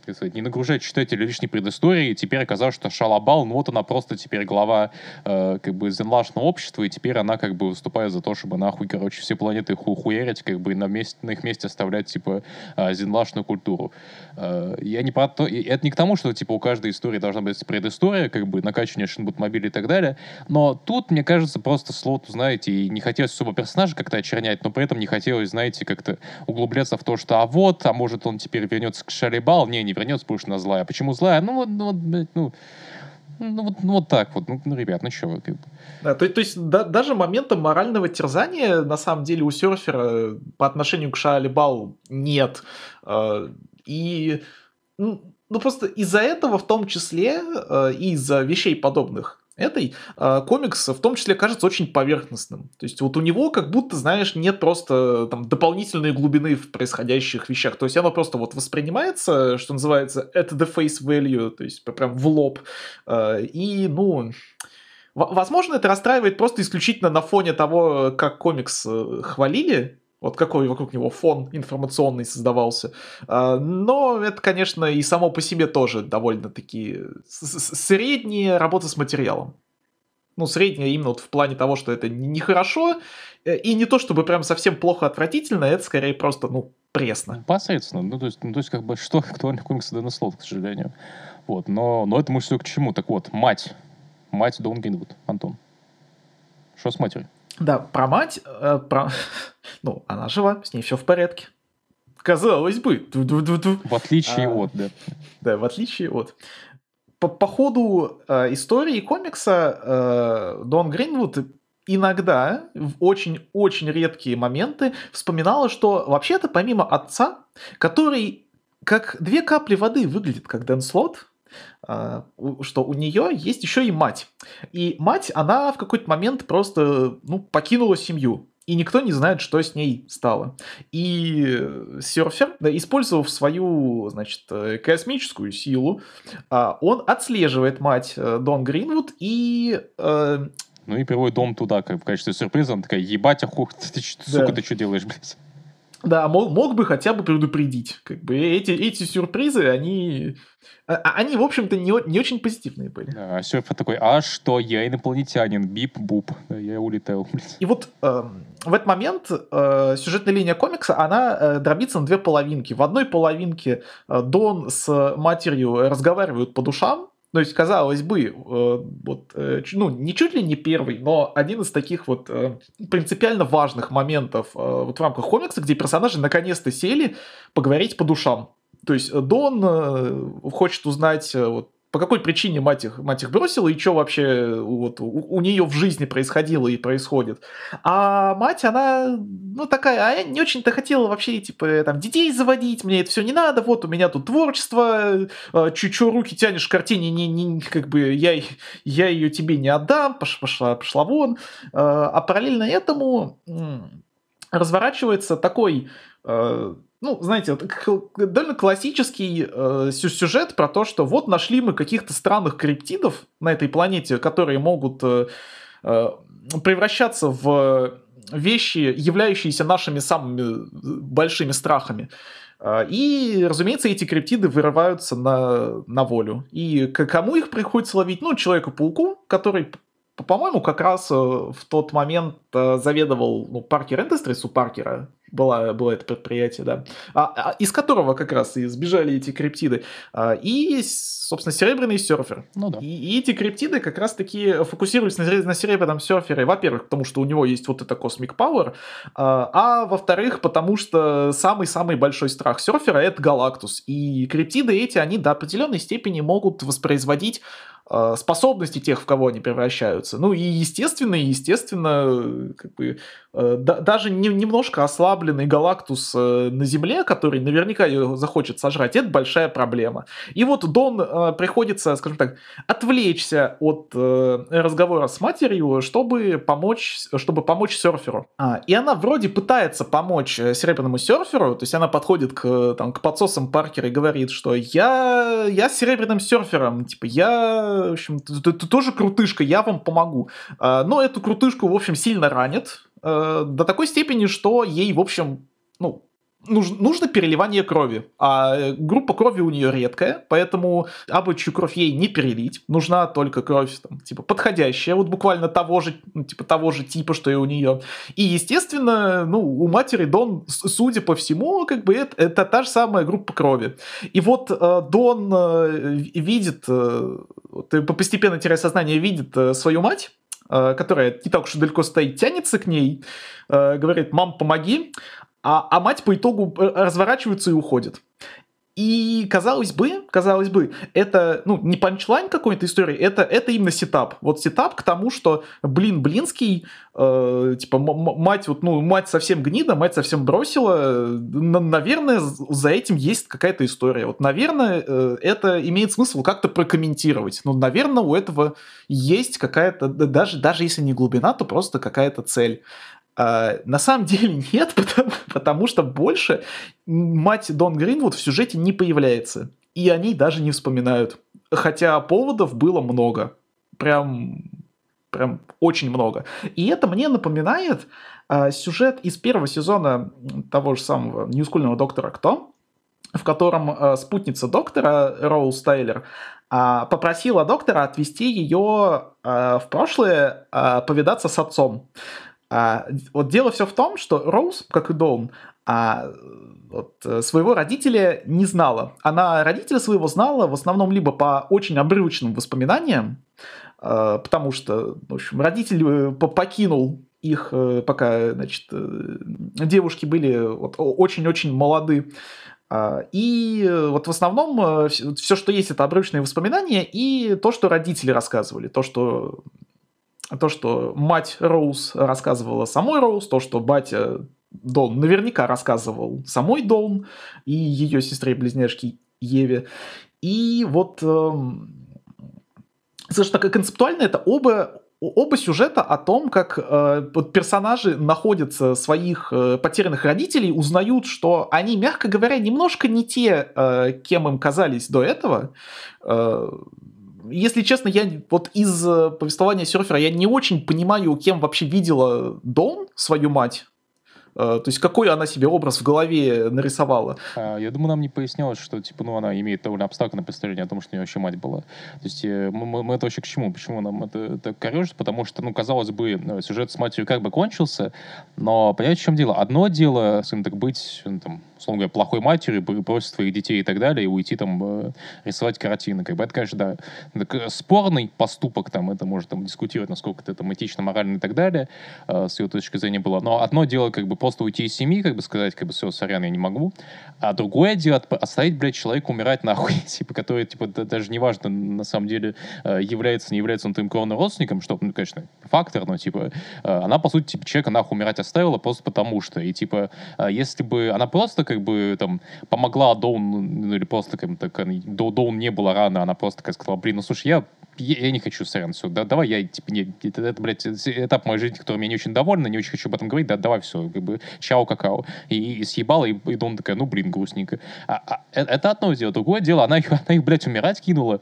так сказать, не нагружать читателя лишней предысторией, и теперь оказалось, что Шалабал, ну вот она просто теперь глава э, как бы зенлашного общества, и теперь она как бы выступает за то, чтобы нахуй, короче, все планеты ху хуярить, как бы на, месте, на их месте оставлять, типа, э, зенлашную культуру. Э, я не про то... Это не к тому, что, типа, у каждой истории должна быть предыстория, как бы, накачивание шинбут-мобиля и так далее, но тут, мне кажется, просто слоту, знаете, и не хотелось особо персонажа как-то очернять, но при этом не хотелось, знаете, как-то углубляться в то, что а вот, а может он теперь вернется к Шалибал, не, не вернется, потому что она злая. Почему злая? Ну, вот, ну, вот, блядь, ну, ну, вот, ну, вот так вот. Ну, ну, ребят, ну что вы, как бы. Да, то, то есть да, даже момента морального терзания на самом деле у серфера по отношению к Шалибал нет. Э, И ну, ну, просто из-за этого в том числе, э, и из-за вещей подобных этой, э, комикс в том числе кажется очень поверхностным. То есть вот у него как будто, знаешь, нет просто там дополнительной глубины в происходящих вещах. То есть оно просто вот воспринимается, что называется, at the face value, то есть прям в лоб. Э, И, ну... В- Возможно, это расстраивает просто исключительно на фоне того, как комикс э, хвалили, вот какой вокруг него фон информационный создавался. А, Но это, конечно, и само по себе тоже довольно-таки с- с- средняя работа с материалом. Ну, средняя именно вот в плане того, что это не- нехорошо, э, и не то чтобы прям совсем плохо отвратительно, это скорее просто, ну, пресно. Посредственно. Ну, то есть, ну, то есть как бы, что актуальный комикс Дэна Слота, к сожалению. Вот, но, но это мы все к чему. Так вот, мать. Мать Дон Гринвуд, Антон. Что с матерью? Да, про мать, э, про... ну, она жива, с ней все в порядке. Казалось бы. Ду-ду-ду-ду. В отличие А, от, да. Да, в отличие от... По, по ходу э, истории комикса э, Дон Гринвуд иногда, в очень-очень редкие моменты, вспоминала, что вообще-то помимо отца, который как две капли воды выглядит как Дэн Слот, э, у- что у нее есть еще и мать. И мать, она в какой-то момент просто ну, покинула семью. И никто не знает, что с ней стало. И э, серфер, да, использовав свою, значит, э, космическую силу, а, он отслеживает мать э, Дон Гринвуд и... э, Ну и приводит дом туда, как в качестве сюрприза. Она такая, ебать, охух, ты, ч- Да. сука, ты что делаешь, блядь? да, мог, мог бы хотя бы предупредить. Как бы эти, эти сюрпризы, они... а- а- Они, в общем-то, не, о- не очень позитивные были. Да, а серфер такой, а что, я инопланетянин, бип-буп. Да, я улетаю, блядь. И вот эм, в этот момент э, сюжетная линия комикса, она э, дробится на две половинки. В одной половинке э, Дон с матерью разговаривают по душам. То есть, казалось бы, э, вот, э, ч- ну, не чуть ли не первый, но один из таких вот э, принципиально важных моментов э, вот в рамках комикса, где персонажи наконец-то сели поговорить по душам. То есть э, Дон э, хочет узнать, э, вот, по какой причине мать их, мать их бросила и что вообще вот, у, у нее в жизни происходило и происходит. А мать, она, ну, такая, а я не очень-то хотела вообще, типа, там, детей заводить, мне это все не надо, вот у меня тут творчество, чуть-чуть руки тянешь к картине, не, не, как бы я, я ее тебе не отдам, пош- пошла, пошла вон. А а параллельно этому м, разворачивается такой... э, ну, знаете, вот, к- довольно классический э, сю- сюжет про то, что вот нашли мы каких-то странных криптидов на этой планете, которые могут э, э, превращаться в вещи, являющиеся нашими самыми большими страхами. А, И, разумеется, эти криптиды вырываются на, на волю. И к кому их приходится ловить? Ну, Человеку-пауку, который, п- по-моему, как раз э, в тот момент э, заведовал ну, Паркер Industries у Паркера. Была, было это предприятие, да. А- а из которого как раз и сбежали эти криптиды. А, И, собственно, Серебряный серфер. Ну да. И, и эти криптиды как раз-таки фокусируются на, сере- на Серебряном серфере. Во-первых, потому что у него есть вот это Cosmic Power, а, а во-вторых, потому что самый-самый большой страх серфера — это Галактус. И криптиды эти, они до определенной степени могут воспроизводить э, способности тех, в кого они превращаются. Ну и естественно, естественно, э, как бы э, да- даже не- немножко ослабленный Галактус э, на Земле, который наверняка ее захочет сожрать, это большая проблема. И вот Дон э, приходится, скажем так, отвлечься от э, разговора с матерью, чтобы помочь, чтобы помочь серферу. А, и она вроде пытается помочь э, серебряному серферу, то есть она подходит к, э, там, к подсосам Паркера и говорит, что я, я с серебряным серфером, типа, я, в общем, ты, ты- ты тоже крутышка, я вам помогу. А, но эту крутышку, в общем, сильно ранит, э, до такой степени, что ей, в общем, ну, нужно, нужно переливание крови, а группа крови у нее редкая, поэтому абычью кровь ей не перелить, нужна только кровь, там, типа, подходящая, вот буквально того же, ну, типа, того же типа, что и у нее. И, естественно, ну, у матери Дон, судя по всему, как бы это, это та же самая группа крови. И вот э, Дон э, видит, э, постепенно теряя сознание, видит э, свою мать, э, которая не так уж и далеко стоит, тянется к ней, э, говорит: «Мам, помоги», а, а мать по итогу разворачивается и уходит. И, казалось бы, казалось бы, это, ну, не панчлайн какой-то истории, это, это именно сетап. Вот сетап к тому, что, блин, Блинский, э, типа, м- мать, вот, ну, мать совсем гнида, мать совсем бросила, н- наверное, за этим есть какая-то история. Вот, наверное, э, это имеет смысл как-то прокомментировать. Ну, наверное, у этого есть какая-то, даже, даже если не глубина, то просто какая-то цель. А, на самом деле нет, потому, потому что больше мать Дон Гринвуд в сюжете не появляется. И они даже не вспоминают. Хотя поводов было много. Прям, прям очень много. И это мне напоминает а, сюжет из первого сезона того же самого ньюскульного «Доктора Кто», в котором а, спутница доктора Роуз Тайлер а, попросила доктора отвезти ее а, в прошлое а, повидаться с отцом. А, вот дело все в том, что Роуз, как и Доун, а, вот, своего родителя не знала. Она родителя своего знала в основном либо по очень обрывочным воспоминаниям, а, потому что, в общем, родитель покинул их, пока, значит, девушки были вот, очень-очень молоды. И вот в основном все, что есть, это обрывочные воспоминания и то, что родители рассказывали, то, что то, что мать Роуз рассказывала самой Роуз, то, что батя Дон наверняка рассказывал самой Дон и ее сестре-близняшке Еве. И вот, эм, скажем так, концептуально это оба, оба сюжета о том, как э, вот персонажи находятся своих э, потерянных родителей, узнают, что они, мягко говоря, немножко не те, э, кем им казались до этого. Э, Если честно, я вот из повествования серфера я не очень понимаю, кем вообще видела Дон свою мать. То есть какой она себе образ в голове нарисовала. А, я думаю, нам не пояснялось, что, типа, ну, она имеет довольно абстрактное представление о том, что у нее вообще мать была. То есть э, мы, мы- мы это вообще к чему? Почему нам это так корежит? Потому что, ну, казалось бы, э, сюжет с матерью как бы кончился, но понимаете, в чем дело? Одно дело, скажем так, быть, ну, там, условно говоря, плохой матерью, бр- бросить своих детей и так далее, и уйти там э, рисовать картины. Как бы это, конечно, да, так, э, спорный поступок, там, это можно там дискутировать, насколько это там этично, морально и так далее, э, с ее точки зрения было. Но одно дело, как бы, просто уйти из семьи, как бы сказать, как бы, все, сорян, я не могу. А другое дело, отп- оставить, блядь, человека умирать нахуй, типа, который, типа, да- даже неважно, на самом деле, э, является, не является он твоим кровным родственником, что, ну, конечно, фактор, но, типа, э, она, по сути, типа, человека нахуй умирать оставила просто потому что. И, типа, э, если бы она просто, как бы, там, помогла Доун, ну, или просто, как бы, так, э, До- Доун не было рано, она просто, как сказала, блин, ну, слушай, я я, я не хочу, сорян, все, да, давай, я, типа, не, это, это, блядь, этап моей жизни, который меня не очень довольна, не очень хочу об этом говорить, да, давай, все, как бы, чао, какао. И, и съебала, и, и Дон такая, ну, блин, грустненько. А, а, э- это одно дело. Другое дело, она их, она их, блядь, умирать кинула.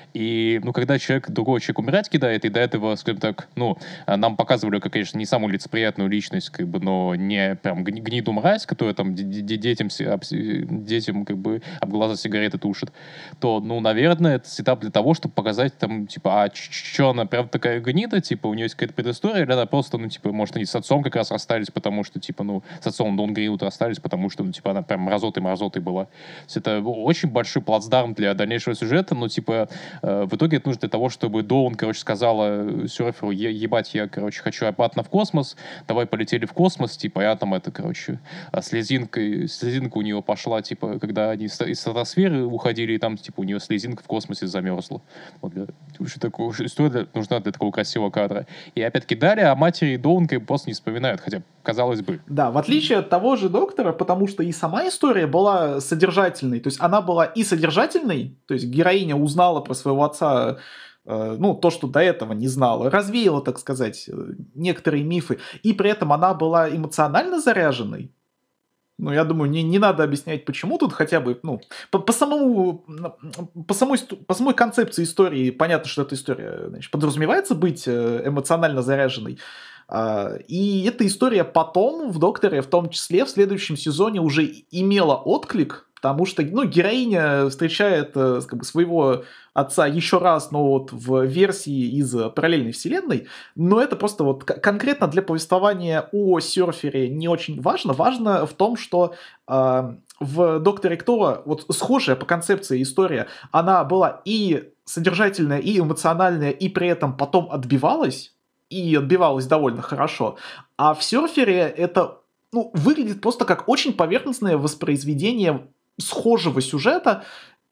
И, ну, когда человек, другого человека умирать кидает, и до этого, скажем так, ну, а, нам показывали, как, конечно, не самую лицеприятную личность, как бы, но не прям гни- гниду мразь, которая там де- де- детям, си- об, си- детям, как бы, об глаза сигареты тушит, то, ну, наверное, это сетап для того, чтобы показать, там, типа, а что она прям такая гнида, типа, у нее есть какая-то предыстория, или она просто, ну, типа, может, они с отцом как раз расстались, потому что, типа, ну, с отцом Дон Гринвуд расстались, потому что, ну, типа, она прям мразотой-мразотой была. То есть это очень большой плацдарм для дальнейшего сюжета, но, типа, э, в итоге это нужно для того, чтобы Доун, короче, сказала серферу, «Е- ебать, я, короче, хочу обратно в космос, давай полетели в космос, типа, я там, это, короче, а слезинка, слезинка у нее пошла, типа, когда они из из стратосферы уходили, и там, типа, у нее слезинка в космосе замерзла. Вот для, что такое, история для- нужна для такого красивого кадра. И опять-таки далее о матери Доун как бы просто не вспоминают, хотя, казалось бы. Да, в отличие от того же доктора, потому что и сама история была содержательной. То есть она была и содержательной, то есть героиня узнала про своего отца, э, ну, то, что до этого не знала, развеяла, так сказать, э, некоторые мифы, и при этом она была эмоционально заряженной. Ну, я думаю, не, не надо объяснять, почему тут хотя бы, ну, по, по самому, по самой, сту- по самой концепции истории понятно, что эта история, значит, подразумевается быть э, эмоционально заряженной. А, и эта история потом в «Докторе», в том числе в следующем сезоне, уже имела отклик, потому что, ну, героиня встречает э, как бы, своего отца еще раз, но вот в версии из параллельной вселенной, но это просто вот к- конкретно для повествования о серфере не очень важно. Важно в том, что э, в «Докторе Кто» вот схожая по концепции история, она была и содержательная, и эмоциональная, и при этом потом отбивалась, и отбивалась довольно хорошо. А в серфере это, ну, выглядит просто как очень поверхностное воспроизведение схожего сюжета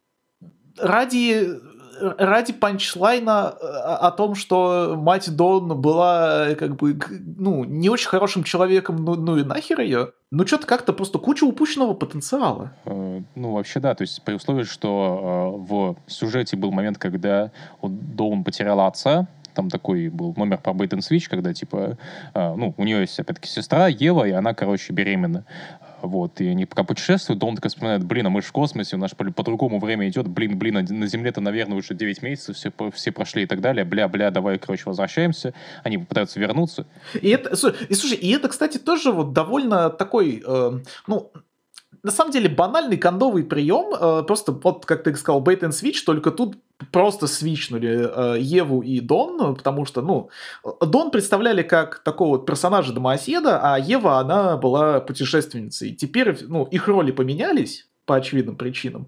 ради, ради панчлайна о о том, что мать Дон была э, как бы, г- ну, не очень хорошим человеком, ну, ну и нахер ее. Ну, что-то как-то просто куча упущенного потенциала. Э, Ну, вообще, да, то есть при условии, что э, в сюжете был момент, когда вот Доун потеряла отца, там такой был номер про Bait and Switch, когда, типа, э, ну, у нее есть, опять-таки, сестра Ева, и она, короче, беременна. Вот, и они пока путешествуют, Доун такой вспоминает, блин, а мы же в космосе, у нас по- по-другому время идет, блин, блин, а на Земле-то, наверное, уже девять месяцев все, по- все прошли и так далее, бля-бля, давай, короче, возвращаемся. Они попытаются вернуться. И это, слу- и слушай, и это, кстати, тоже вот довольно такой, э, ну, на самом деле банальный кондовый прием, э, просто вот, как ты сказал, bait and switch, только тут просто свичнули э, Еву и Дон, потому что, ну, Дон представляли как такого вот персонажа домоседа, а Ева, она была путешественницей. Теперь, ну, их роли поменялись по очевидным причинам.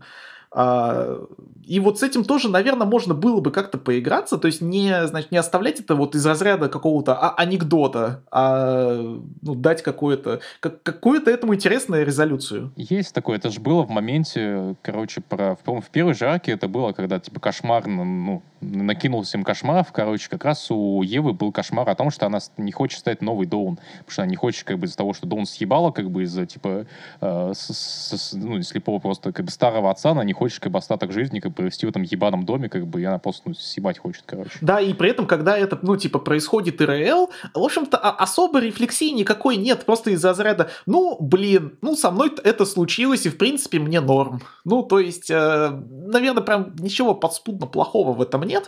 А, и вот с этим тоже, наверное, можно было бы как-то поиграться, то есть не, значит, не оставлять это вот из разряда какого-то а- анекдота, а ну, дать какое-то, как, какую-то этому интересную резолюцию. Есть такое, это же было в моменте, короче, про, в, по-моему, в первой же арке это было, когда, типа, кошмар, на- ну, накинулся им кошмар, короче, как раз у Евы был кошмар о том, что она с- не хочет стать новый Доун, потому что она не хочет, как бы, из-за того, что Доун съебала, как бы, из-за, типа, э, с- с- с- ну, слепого просто, как бы, старого отца, она не хочет, как бы, остаток жизни, как бы, провести в этом ебаном доме, как бы, и она просто, ну, съебать хочет, короче. Да, и при этом, когда это, ну, типа, происходит ИРЛ, в общем-то, а- особой рефлексии никакой нет, просто из-за разряда, ну, блин, ну, со мной это случилось, и, в принципе, мне норм. Ну, то есть, э, наверное, прям ничего подспудно плохого в этом нет,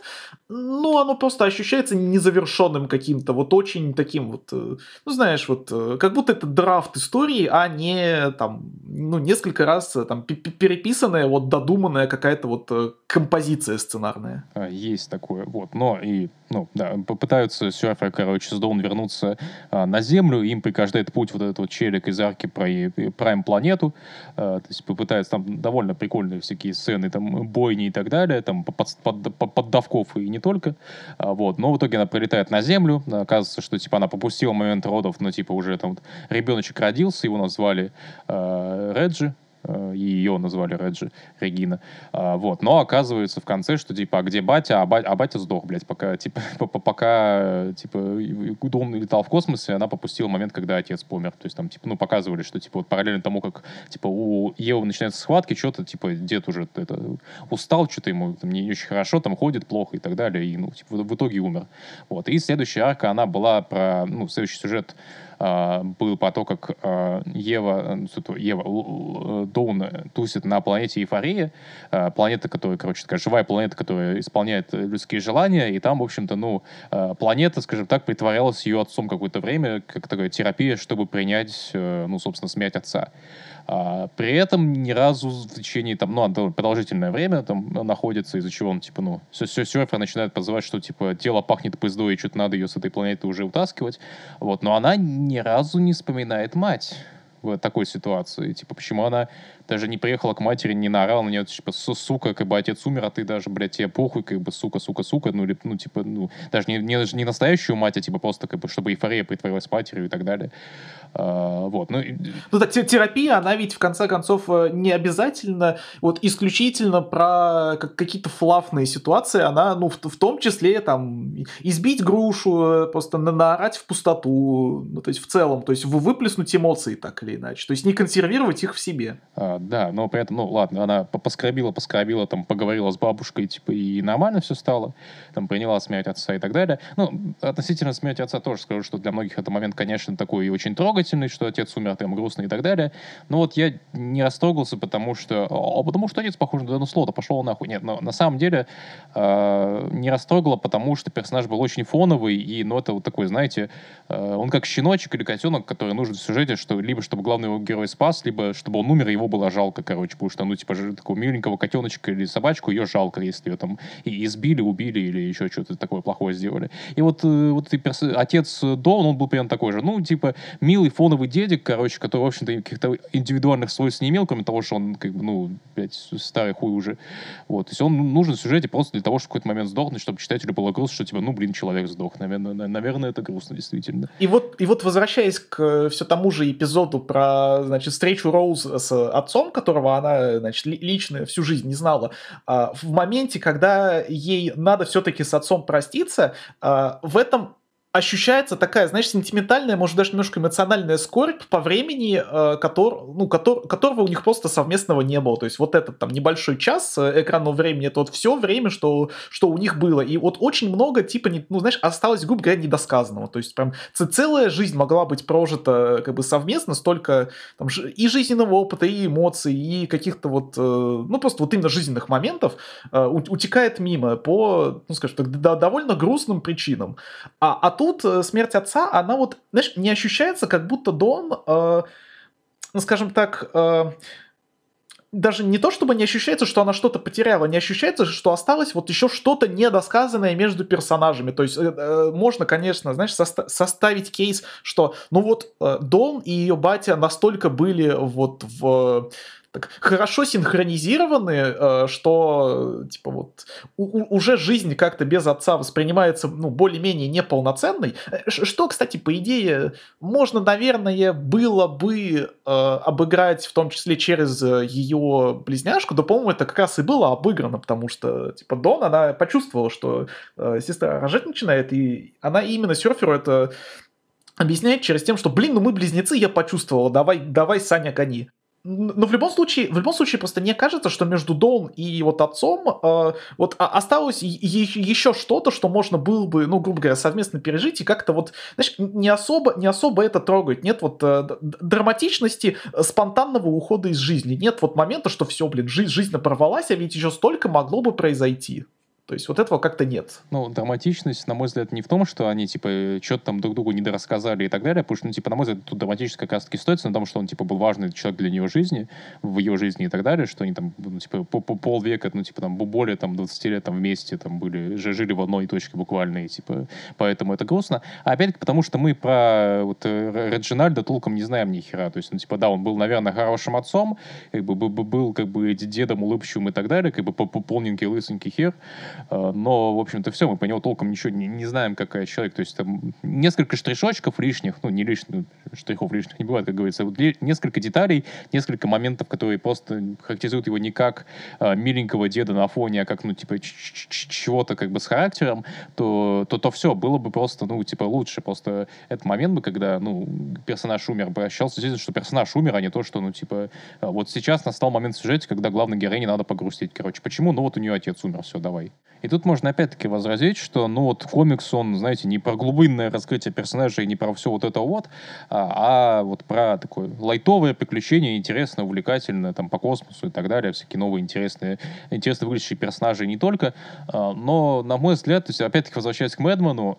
но оно просто ощущается незавершенным каким-то, вот очень таким вот, э, ну, знаешь, вот, э, как будто это драфт истории, а не, там, ну, несколько раз, э, там, пе- пе- переписанная, вот, додуманная какая-то вот э, композиция сценарная. А, Есть такое, вот. Но и, ну, да, попытаются серферы, короче, с Доун вернуться а, на Землю, им преграждает путь вот этот вот челик из арки про и- Прайм-планету, а, то есть попытаются, там довольно прикольные всякие сцены, там, бойни и так далее, там, под, под, под- поддавков и не только, А, вот. Но в итоге она прилетает на Землю, а, оказывается, что, типа, она пропустила момент родов, но, типа, уже там вот ребеночек родился, его назвали а, Реджи, э, и ее назвали Реджи, Регина. А, вот. Но оказывается в конце, что типа, а где батя? А, ба- а батя сдох, блядь, пока, типа, по- по- пока, э, типа, он летал в космосе, она пропустила момент, когда отец помер. То есть там, типа, ну, показывали, что, типа, вот параллельно тому, как, типа, у Евы начинаются схватки, что-то, типа, дед уже это, устал, что-то ему там, не очень хорошо, там, ходит плохо и так далее, и, ну, типа, в, в итоге умер. Вот. И следующая арка, она была про, ну, следующий сюжет а, был про то, как а, Ева, э, что-то, Ева, Л- Л- Доун тусит на планете Эйфория, а, планета, которая, короче, такая живая планета, которая исполняет э, людские желания, и там, в общем-то, ну, а, планета, скажем так, притворялась ее отцом какое-то время, как такая терапия, чтобы принять, э, ну, собственно, смерть отца. А, при этом ни разу в течение, там, ну, довольно продолжительное время там находится, из-за чего он, типа, ну, все, все серфер начинает подозревать, что, типа, тело пахнет пиздой, и что-то надо ее с этой планеты уже утаскивать. Вот, но она ни разу не вспоминает мать в такой ситуации. Типа, почему она даже не приехала к матери, не наорала на нее, типа, «Су- сука, как бы отец умер, а ты даже, блядь, тебе похуй, как бы, сука, сука, сука, ну, или, ну, типа, ну, даже не, не, не настоящую мать, а, типа, просто, как бы, чтобы эйфория притворилась матерью и так далее. А, вот, ну, и- Ну так те- терапия, она ведь в конце концов э, не обязательно вот исключительно про как- какие-то флафные ситуации, она, ну, в, в том числе там избить грушу, э, просто на- наорать в пустоту, ну, то есть в целом, то есть вы- выплеснуть эмоции так или или иначе. То есть не консервировать их в себе. А, да, но при этом, ну ладно, она поскорбила, поскорбила, там, поговорила с бабушкой, типа, и нормально все стало, там, приняла смерть отца и так далее. Ну, относительно смерти отца тоже скажу, что для многих это момент, конечно, такой и очень трогательный, что отец умер, там, грустный и так далее. Но вот я не растрогался, потому что, а, потому что отец похож на Дэна Слота, пошел нахуй. Нет, но на самом деле э, не растрогало, потому что персонаж был очень фоновый, и, ну, это вот такой, знаете, э, он как щеночек или котенок, который нужен в сюжете, что либо чтобы главный его герой спас, либо чтобы он умер, и его было жалко, короче, потому что, ну, типа, же такого миленького котеночка или собачку, ее жалко, если ее там и избили, убили или еще что-то такое плохое сделали. И вот, э, вот и перс... отец Дон, он был примерно такой же, ну, типа, милый фоновый дедик, короче, который, в общем-то, каких-то индивидуальных свойств не имел, кроме того, что он, как бы, ну, блядь, старый хуй уже. Вот, то есть он нужен в сюжете просто для того, чтобы в какой-то момент сдохнуть, чтобы читателю было грустно, что, типа, ну, блин, человек сдох. Наверное, наверное это грустно, действительно. И вот, и вот возвращаясь к все тому же эпизоду про, значит, встречу Роуз с отцом, которого она, значит, лично всю жизнь не знала, в моменте, когда ей надо все-таки с отцом проститься, в этом ощущается такая, знаешь, сентиментальная, может, даже немножко эмоциональная скорбь по времени, э, котор, ну, котор, которого у них просто совместного не было. То есть вот этот там небольшой час экранного времени, это вот все время, что, что у них было. И вот очень много, типа, не, ну, знаешь, осталось, грубо говоря, недосказанного. То есть прям целая жизнь могла быть прожита как бы совместно, столько там, и жизненного опыта, и эмоций, и каких-то вот, э, ну, просто вот именно жизненных моментов э, утекает мимо по, ну, скажем так, да, довольно грустным причинам. А, а тут Тут смерть отца, она вот, знаешь, не ощущается, как будто Дон, э, ну, скажем так, э, даже не то, чтобы не ощущается, что она что-то потеряла, не ощущается, что осталось вот еще что-то недосказанное между персонажами. То есть э, можно, конечно, знаешь, соста- составить кейс, что, ну вот, э, Дон и ее батя настолько были вот в... так, хорошо синхронизированы, э, что типа вот у, у, уже жизнь как-то без отца воспринимается, ну, более-менее неполноценной. Что, кстати, по идее, можно, наверное, было бы э, обыграть, в том числе через ее близняшку, да, по-моему, это как раз и было обыграно, потому что, типа, Дон, она почувствовала, что э, сестра рожать начинает, и она именно серферу это объясняет через тем, что, блин, ну мы близнецы, я почувствовала, давай, давай, Саня, гони. Но в любом случае, в любом случае просто мне кажется, что между Дон и вот отцом э, вот осталось е- е- еще что-то, что можно было бы, ну, грубо говоря, совместно пережить и как-то вот, знаешь, не особо, не особо это трогает. Нет вот э, драматичности спонтанного ухода из жизни. Нет вот момента, что все, блин, жизнь, жизнь порвалась, а ведь еще столько могло бы произойти. То есть вот этого как-то нет. Ну, драматичность, на мой взгляд, не в том, что они, типа, что-то там друг другу недорассказали и так далее, потому что, ну, типа, на мой взгляд, тут драматичность как раз-таки стоится на том, что он, типа, был важный человек для нее жизни, в ее жизни и так далее, что они там, ну, типа, по, по полвека, ну, типа, там, более, там, двадцати лет там вместе, там, были, жили в одной точке буквально, и, типа, поэтому это грустно. А опять-таки, потому что мы про вот Реджинальда толком не знаем ни хера, то есть, ну, типа, да, он был, наверное, хорошим отцом, как бы, был, как бы, дедом улыбчивым и так далее, как бы, полненький, лысенький хер, но в общем-то, все, мы по нему толком ничего не, не знаем, какая человек. То есть там несколько штришочков лишних, ну, не лишних, штрихов лишних не бывает, как говорится. Вот ли, несколько деталей, несколько моментов, которые просто характеризуют его не как а, миленького деда на фоне, а как, ну, типа, чего-то как бы с характером, то, то, то все было бы просто, ну, типа, лучше. Просто этот момент бы, когда, ну, персонаж умер, прощался, здесь, что персонаж умер, а не то, что, ну, типа, вот сейчас настал момент в сюжете, когда главной героине надо погрустить. Короче, почему? Ну, вот у нее отец умер, все, давай. И тут можно опять-таки возразить, что, ну, вот комикс, он, знаете, не про глубинное раскрытие персонажа и не про все вот это вот, а, а вот про такое лайтовое приключение, интересное, увлекательное, там, по космосу и так далее, всякие новые интересные, интересно выглядящие персонажи не только, а, но, на мой взгляд, то есть, опять-таки, возвращаясь к Мэдману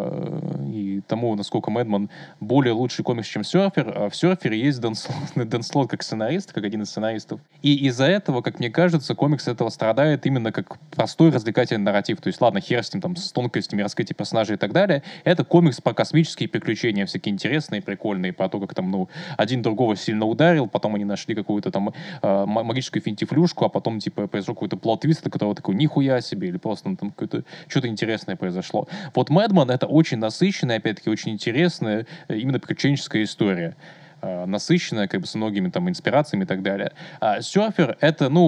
а, и тому, насколько Мэдман более лучший комикс, чем Серфер, а в Серфере есть Дэн Слот, Дэн Слот как сценарист, как один из сценаристов, и из-за этого, как мне кажется, комикс этого страдает именно как простой развлекательный нарратив. То есть, ладно, хер с ним, там, с тонкостями раскрытия персонажей и так далее. Это комикс про космические приключения, всякие интересные, прикольные, про то, как там, ну, один другого сильно ударил, потом они нашли какую-то там э, магическую финтифлюшку, а потом, типа, произошел какой-то плот-твист, от которого такой, нихуя себе, или просто, ну, там, какое-то, что-то интересное произошло. Вот Мэдман — это очень насыщенная, опять-таки, очень интересная, именно приключенческая история. Э, насыщенная, как бы, с многими там инспирациями и так далее. А Серфер — это, ну,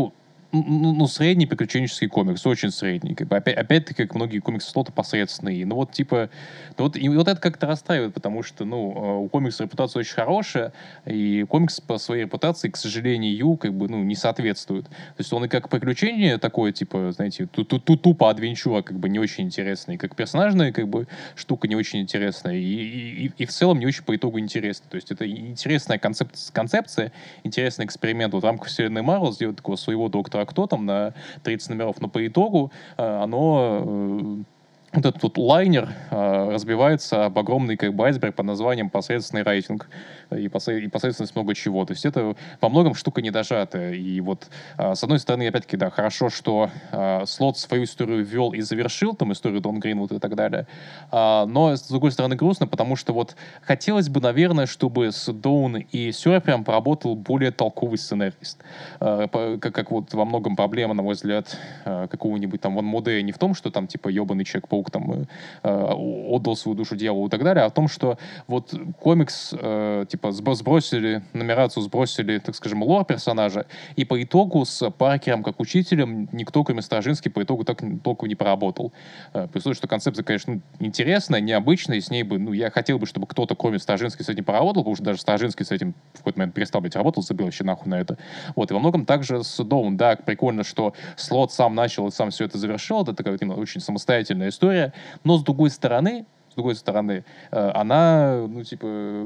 ну, ну, средний приключенческий комикс, очень средний. Как бы, опять, опять-таки, как многие комиксы слота посредственные. Ну вот, типа, ну, вот, и вот это как-то расстраивает, потому что, ну, у комикса репутация очень хорошая, и комикс по своей репутации, к сожалению, как бы, ну, не соответствует. То есть он и как приключение такое, типа, знаете, тупо адвенчура, как бы, не очень интересный, как персонажная, как бы, штука не очень интересная, и, и, и в целом не очень по итогу интересно. То есть это интересная концеп- концепция, интересный эксперимент вот в рамках вселенной Марвел сделать такого своего доктора Кто там на тридцать номеров, но по итогу э, оно э, вот этот вот лайнер э, разбивается об огромный как бы айсберг под названием посредственный рейтинг и, посред... и посредственность много чего. То есть это во многом штука недожатая. И вот э, с одной стороны, опять-таки, да, хорошо, что э, слот свою историю ввел и завершил, там историю Дон Гринвуд и так далее. А, но с другой стороны грустно, потому что вот хотелось бы, наверное, чтобы с Доун и Сёрфером поработал более толковый сценарист. Э, по, как, как вот во многом проблема, на мой взгляд, э, какого-нибудь там Ван Моде не в том, что там типа ебаный Человек-паук там э, отдал свою душу дьяволу и так далее, а о том, что вот комикс э, типа сбросили нумерацию, сбросили, так скажем, лор персонажа, и по итогу с Паркером как учителем никто, кроме Стражинский, по итогу так толком не поработал. Э, при условии, что концепция, конечно, интересная, необычная, и с ней бы, ну, я хотел бы, чтобы кто-то, кроме Стражинский, с этим поработал, потому что даже Стражинский с этим в какой-то момент перестал быть работал, забил вообще нахуй на это. Вот, и во многом также с Доун, да, прикольно, что Слот сам начал и сам все это завершил, это такая вот, очень самостоятельная история, но с другой стороны, с другой стороны, э, она, ну, типа,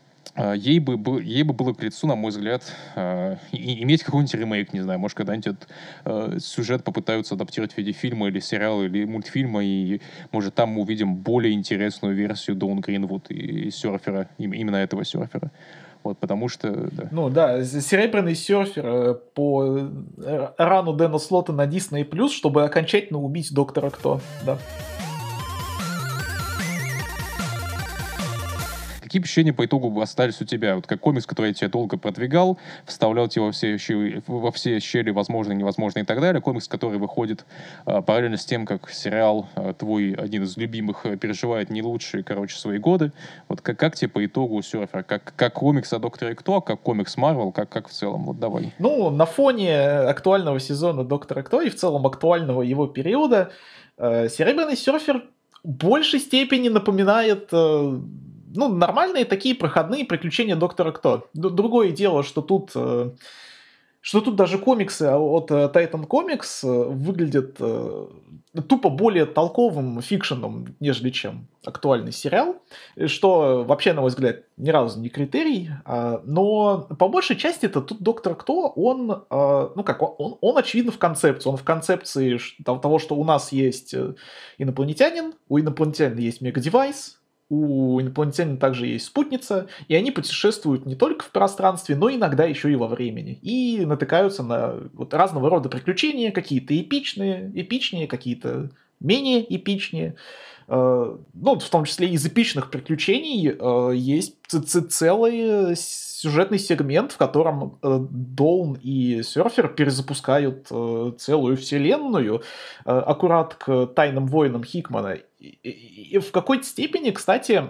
э, ей бы, бы, ей бы было к лицу, на мой взгляд, э, и, иметь какой-нибудь ремейк, не знаю, может, когда-нибудь этот э, сюжет попытаются адаптировать в виде фильма или сериала, или мультфильма, и, может, там мы увидим более интересную версию Доун Гринвуд и, и Сёрфера, им, именно этого Сёрфера. Вот, потому что... Да. Ну да, Серебряный серфер по рану Дэна Слота на Disney+, чтобы окончательно убить Доктора Кто. Да. Какие впечатления по итогу остались у тебя? Вот как комикс, который я тебе долго продвигал, вставлял тебя во все, щели, во все щели возможные, невозможные и так далее. Комикс, который выходит э, параллельно с тем, как сериал э, твой, один из любимых, э, переживает не лучшие, короче, свои годы. Вот как, как тебе по итогу Сёрфер? Как, как комикс о Докторе Кто, как комикс Марвел, как, как в целом? Вот давай. Ну, на фоне актуального сезона Доктора Кто и в целом актуального его периода, э, Серебряный серфер в большей степени напоминает... Э, ну, нормальные такие проходные приключения Доктора Кто. Д- другое дело, что тут, э, что тут даже комиксы от э, Titan Comics э, выглядят э, тупо более толковым фикшеном, нежели чем актуальный сериал, что вообще, на мой взгляд, ни разу не критерий, э, но по большей части это тут Доктор Кто, он, э, ну как, он, он очевидно в концепции, он в концепции того, что у нас есть инопланетянин, у инопланетянина есть мегадевайс, у инопланетянина также есть спутница, и они путешествуют не только в пространстве, но иногда еще и во времени. И натыкаются на вот разного рода приключения, какие-то эпичные, эпичнее, какие-то менее эпичнее. Ну, в том числе из эпичных приключений есть целый сюжетный сегмент, в котором Доун и Сёрфер перезапускают целую вселенную аккурат к Тайным войнам Хикмана. И в какой-то степени, кстати,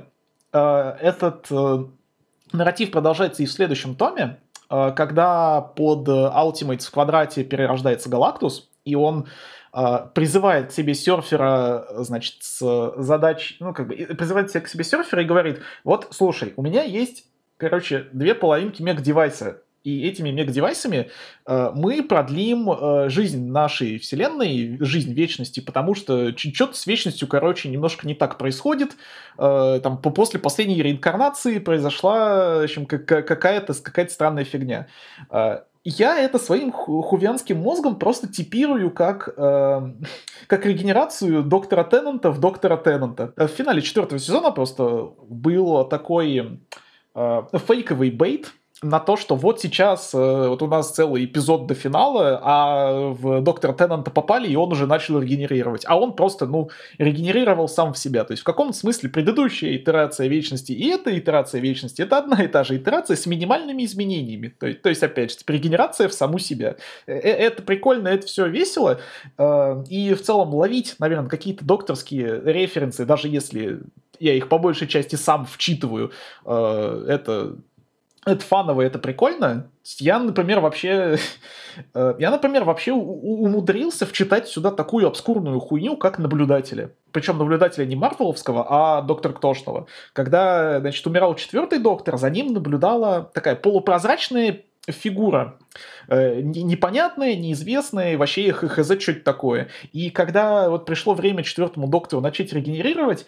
этот нарратив продолжается и в следующем томе, когда под Ultimates в квадрате перерождается Галактус, и он призывает к себе Сёрфера, значит, с задачей, ну, как бы, призывает к себе Сёрфера и говорит: вот, слушай, у меня есть, короче, две половинки мег-девайса, и этими мег-девайсами э, мы продлим э, жизнь нашей вселенной, жизнь вечности, потому что что-то с вечностью, короче, немножко не так происходит. Э, там, по- после последней реинкарнации произошла, в общем, какая-то, какая-то странная фигня. Э, Я это своим ху- хувианским мозгом просто типирую как, э, как регенерацию доктора Теннанта в доктора Теннанта. В финале четвертого сезона просто был такой э, фейковый бейт на то, что вот сейчас э, вот у нас целый эпизод до финала, а в доктора Теннанта попали, и он уже начал регенерировать. А он просто, ну, регенерировал сам в себя. То есть в каком-то смысле предыдущая итерация вечности и эта итерация вечности — это одна и та же итерация с минимальными изменениями. То есть, то есть опять же, регенерация в саму себя. Э, Это прикольно, это все весело. Э, И в целом ловить, наверное, какие-то докторские референсы, даже если я их по большей части сам вчитываю, э, это... это фаново, это прикольно. Я, например, вообще... Я, например, вообще умудрился вчитать сюда такую обскурную хуйню, как наблюдателя. Причем наблюдателя не Марвеловского, а доктора Ктошного. Когда, значит, умирал четвертый доктор, за ним наблюдала такая полупрозрачная фигура. Непонятная, неизвестная, вообще хз, что это такое. И когда вот пришло время четвертому доктору начать регенерировать,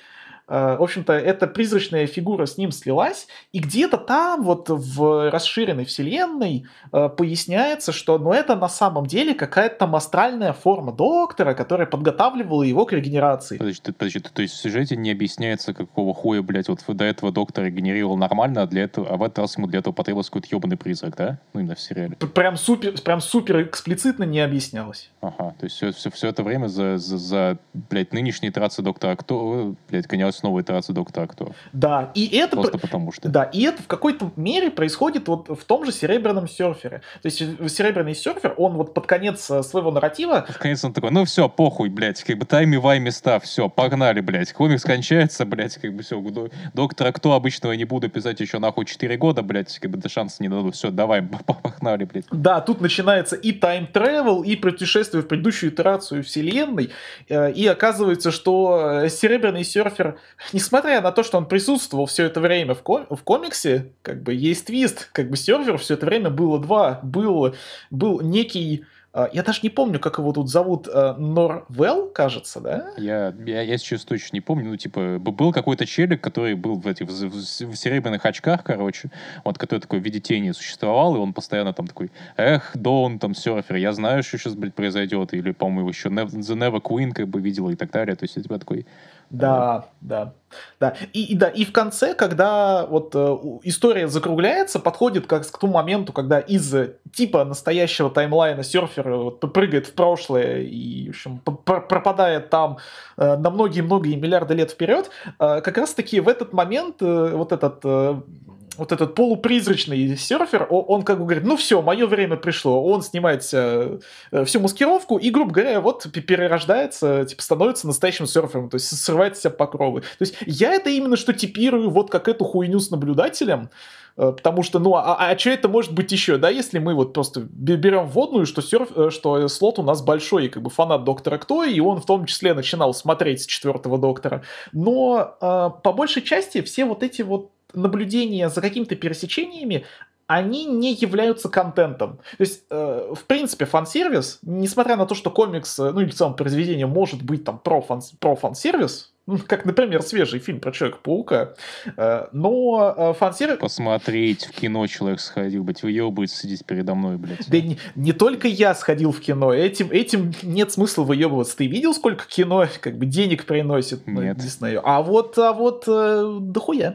в общем-то, эта призрачная фигура с ним слилась, и где-то там, вот в расширенной вселенной, поясняется, что ну, это на самом деле какая-то там астральная форма доктора, которая подготавливала его к регенерации. Подожди, подожди, то есть в сюжете не объясняется, какого хуя, блядь, вот до этого доктор регенерировал нормально, а, для этого, а в этот раз ему для этого потребовался какой-то ебаный призрак, да? Ну, именно в сериале. Прям супер, прям супер эксплицитно не объяснялось. Ага, то есть все, все, все это время за, за, за, блядь, нынешней итерации доктора Кто, блядь, гонялась новая итерация доктора Кто. Да, и это... Просто потому что. Да, и это в какой-то мере происходит вот в том же Серебряном серфере. То есть Серебряный серфер, он вот под конец своего нарратива... Под конец он такой, ну все, похуй, блядь, как бы тайми-вай места, все, погнали, блядь. Комикс кончается, блядь, как бы все. Доктора Кто обычного не буду писать еще нахуй четыре года, блядь, как бы до шанса не дадут. Все, давай, погнали, блядь. Да, тут начинается и тайм-тревел, и путешествие в предыдущую итерацию вселенной, и оказывается, что Серебряный серфер, несмотря на то, что он присутствовал все это время в, ком- в комиксе, как бы есть твист, как бы серфер все это время было два, был, был некий... Я даже не помню, как его тут зовут, Норвелл, кажется, да? Я, я, я сейчас точно не помню, ну, типа, был какой-то челик, который был в этих, в, в, в серебряных очках, короче, вот, который такой в виде тени существовал, и он постоянно там такой, эх, Доун, там, серфер, я знаю, что сейчас, блядь, произойдет, или, по-моему, еще The Never Queen, как бы, видела и так далее, то есть, у тебя такой... Да, да, да. И, и да, и в конце, когда вот э, история закругляется, подходит как к тому моменту, когда из типа настоящего таймлайна серфер вот, прыгает в прошлое и, в общем, пропадает там э, на многие-многие миллиарды лет вперед, э, как раз-таки в этот момент э, вот этот... Э, вот этот полупризрачный серфер, он как бы говорит, ну все, мое время пришло. Он снимает вся, всю маскировку и, грубо говоря, вот перерождается, типа становится настоящим серфером, то есть срывает с себя покровы. То есть я это именно что типирую вот как эту хуйню с наблюдателем, потому что, ну, а, а что это может быть еще, да, если мы вот просто берем вводную, что, серф, что слот у нас большой, как бы фанат Доктора Кто, и он в том числе начинал смотреть с четвертого Доктора, но э, по большей части все вот эти вот наблюдения за какими-то пересечениями, они не являются контентом. То есть, э, в принципе, фан-сервис, несмотря на то, что комикс, ну или в целом произведение может быть там про, фан- про фан-сервис, как, например, свежий фильм про Человека-паука, э, но э, фан-сервис... Посмотреть в кино человек сходил, блядь, выебывается сидеть передо мной, блядь. Да не, не только я сходил в кино, этим, этим нет смысла выебываться. Ты видел, сколько кино как бы денег приносит? Нет. Ну, не знаю. А вот, а вот, э, дохуя.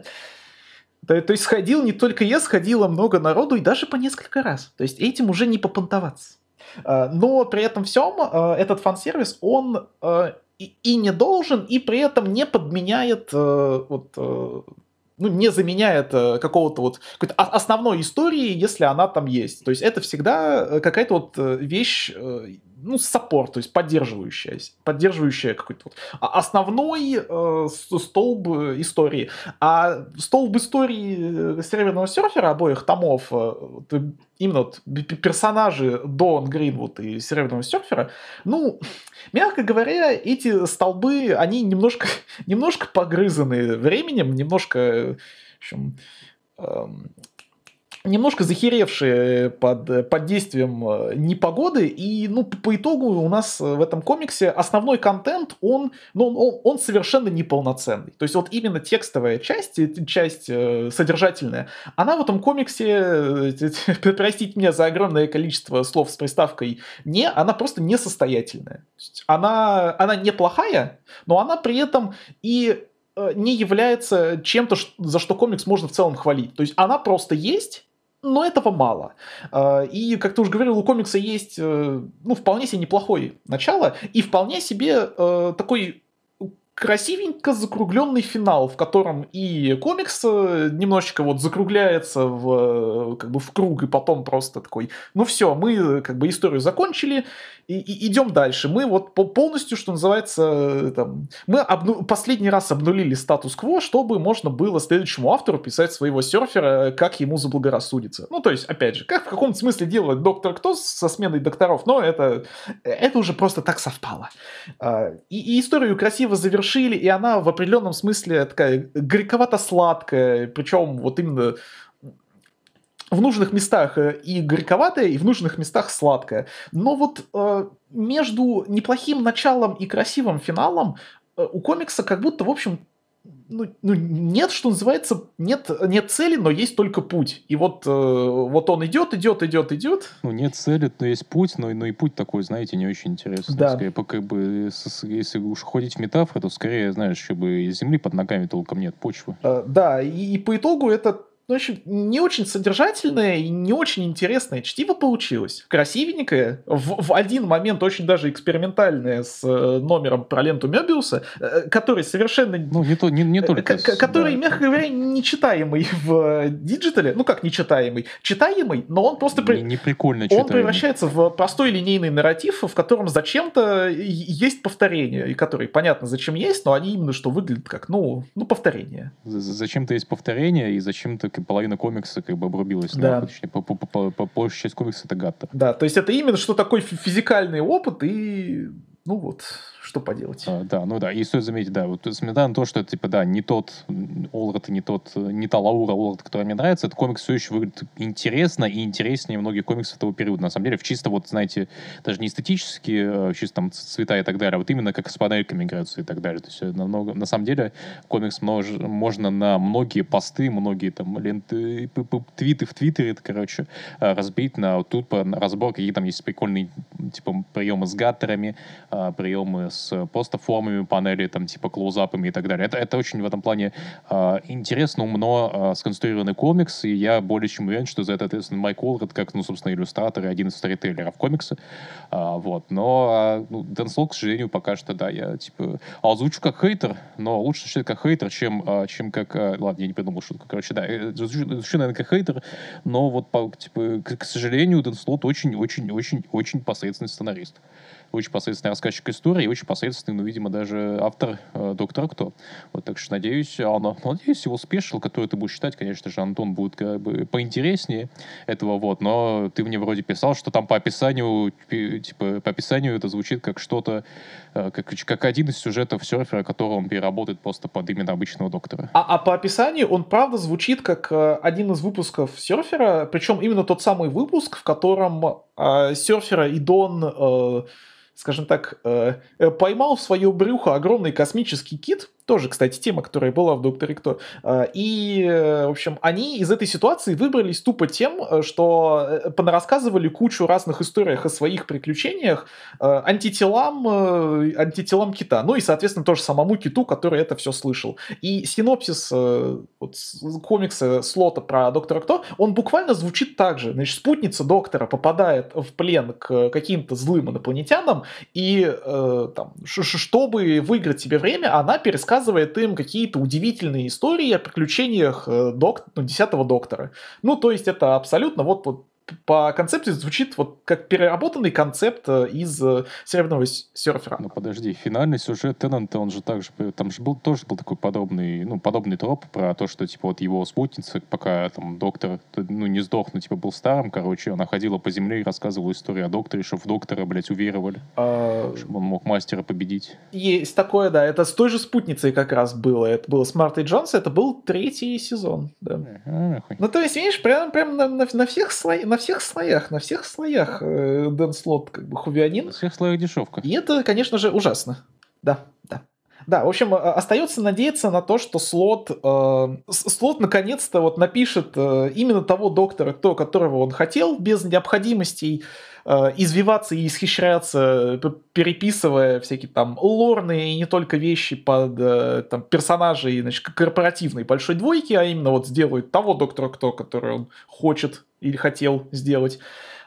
То, то есть сходил не только я, сходило много народу и даже по несколько раз. То есть этим уже не попонтоваться. Но при этом всем этот фан-сервис, он и, и не должен, и при этом не подменяет, вот, ну, не заменяет какого-то вот какой-то основной истории, если она там есть. То есть это всегда какая-то вот вещь, ну, саппорт, то есть поддерживающая, поддерживающая какой-то вот основной э, столб истории. А столб истории Серебряного серфера обоих томов, э, именно вот персонажи Доун Гринвуд и Серебряного серфера, ну, мягко говоря, эти столбы, они немножко, немножко погрызаны временем, немножко, в общем, э, немножко захеревшие под, под действием непогоды, и, ну, по итогу у нас в этом комиксе основной контент, он, ну, он, он совершенно неполноценный. То есть вот именно текстовая часть, часть содержательная, она в этом комиксе, простите меня за огромное количество слов с приставкой «не», она просто несостоятельная. Она, она неплохая, но она при этом и не является чем-то, за что комикс можно в целом хвалить. То есть она просто есть, но этого мало. И, как ты уже говорил, у комикса есть, ну, вполне себе неплохое начало и вполне себе такой красивенько закругленный финал, в котором и комикс э, немножечко вот закругляется в, э, как бы в круг, и потом просто такой, ну все, мы э, как бы историю закончили, и, и идем дальше. Мы вот по- полностью, что называется, э, там, мы обну- последний раз обнулили статус-кво, чтобы можно было следующему автору писать своего серфера, как ему заблагорассудится. Ну, то есть, опять же, как в каком-то смысле делает Доктор Кто со сменой докторов, но это, это уже просто так совпало. А, И, и историю красиво завершили, и она в определенном смысле такая горьковато-сладкая, причем вот именно в нужных местах э, и горьковатая, и в нужных местах сладкая. Но вот э, между неплохим началом и красивым финалом э, у комикса как будто, в общем, ну, ну, нет, что называется, нет, нет цели, но есть только путь. И вот, э, вот он идет, идет, идет, идет. Ну, нет цели, но есть путь, но, но и путь такой, знаете, не очень интересный. Да. Скорее, как бы, с- если уж ходить в метафоры, то скорее, знаешь, как бы земли под ногами толком нет, почвы. Э, Да, и, и по итогу это, ну, в общем, не очень содержательное и не очень интересное чтиво получилось. Красивенькое, в, в один момент очень даже экспериментальное с э, номером про ленту Мёбиуса, э, который совершенно... Ну, не, то, не, не э, только... к- к- с- который, да. мягко говоря, нечитаемый в э, диджитале. Ну, как нечитаемый? Читаемый, но он просто... при- Не, не прикольно Он читаемый. превращается в простой линейный нарратив, в котором зачем-то и- есть повторения, и которые понятно зачем есть, но они именно что выглядят как, ну, ну повторение. З- Зачем-то есть повторение, и зачем-то как половина комикса как бы обрубилась. Да. нахуй. Точнее, по- по- по- по- большая часть комикса это гатта. Да, то есть это именно что такой фи- физикальный опыт, и ну вот, что поделать. А, да, ну да, и стоит заметить, да, вот несмотря на то, что это, типа, да, не тот м, Олрат, и не тот, э, не та Лаура Олрат, которая мне нравится, этот комикс все еще выглядит интересно и интереснее многих комиксов того периода, на самом деле, в чисто вот, знаете, даже не эстетически, э, чисто там ц- цвета и так далее, а вот именно как с панельками играются и так далее, то есть э, намного, на самом деле комикс множ- можно на многие посты, многие там ленты, п- п- твиты в Твиттере, это, короче, э, разбить на вот тут по- на разбор, какие там есть прикольные, типа, приемы с гаттерами, а, приемы с постоформами панели, там, типа, клоузапами и так далее. Это, это очень в этом плане а, интересно, умно а, сконструированный комикс, и я более чем уверен, что за это ответственен Майк Олрат, как, ну, собственно, иллюстратор и один из сторителлеров комикса. А, вот. Но а, ну, Дэн Слот, к сожалению, пока что, да, я, типа, а, звучу как хейтер, но лучше звучит как хейтер, чем, а, чем как... а, ладно, я не придумал шутку. Короче, да, э, звучу, звучу, наверное, как хейтер, но вот, по, типа, к, к сожалению, Дэн Слот очень-очень-очень-очень посредственный сценарист. Очень посредственный рассказчик истории, и очень посредственный, ну, видимо, даже автор э, Доктора Кто. Вот, так что, надеюсь, а, на- надеюсь, его спешл, который ты будешь читать, конечно же, Антон, будет как бы поинтереснее этого, вот, но ты мне вроде писал, что там по описанию, пи- типа, по описанию это звучит как что-то, э, как, как один из сюжетов серфера, которого он переработает просто под именно обычного доктора. А, а по описанию он правда звучит как э, один из выпусков серфера, причем именно тот самый выпуск, в котором э, серфера и Дон, э, скажем так, э, э, поймал в свое брюхо огромный космический кит. Тоже, кстати, тема, которая была в «Докторе Кто». Э, И, э, в общем, они из этой ситуации выбрались тупо тем, э, что э, понарассказывали кучу разных историях о своих приключениях э, антителам, э, антителам кита. Ну и, соответственно, тоже самому киту, который это все слышал. И синопсис э, вот, с- комикса Слота про Доктора Кто, он буквально звучит так же. Значит, спутница Доктора попадает в плен к каким-то злым инопланетянам, и э, там, ш- ш- чтобы выиграть себе время, она пересказывает им какие-то удивительные истории о приключениях э, док- ну, десятого Доктора. Ну, то есть это абсолютно вот, вот по концепции звучит вот как переработанный концепт э, из э, «Серебряного с- серфера». Ну, подожди, финальный сюжет Теннанта, он же также, там же был, тоже был такой подобный, ну, подобный троп про то, что, типа, вот его спутница, пока там доктор, ну, не сдох, но, типа, был старым, короче, она ходила по земле и рассказывала историю о докторе, чтобы в доктора, блядь, уверовали, А, чтобы он мог мастера победить. Есть такое, да. Это с той же спутницей как раз было. Это было с Мартой Джонс, это был третий сезон. Да. А, нахуй. Ну, то есть, видишь, прям, прям на, на- на всех слоях, на всех слоях, на всех слоях э, Дэн Слот как бы хувианин. На всех слоях дешевка. И это, конечно же, ужасно. Да, да. Да, в общем, э, остается надеяться на то, что Слот, э, с- Слот наконец-то вот напишет э, именно того доктора, то, которого он хотел, без необходимостей э, извиваться и исхищряться, п- переписывая всякие там лорные и не только вещи под э, там, персонажей, значит, корпоративной большой двойки, а именно вот сделают того доктора, кто, который он хочет или хотел сделать.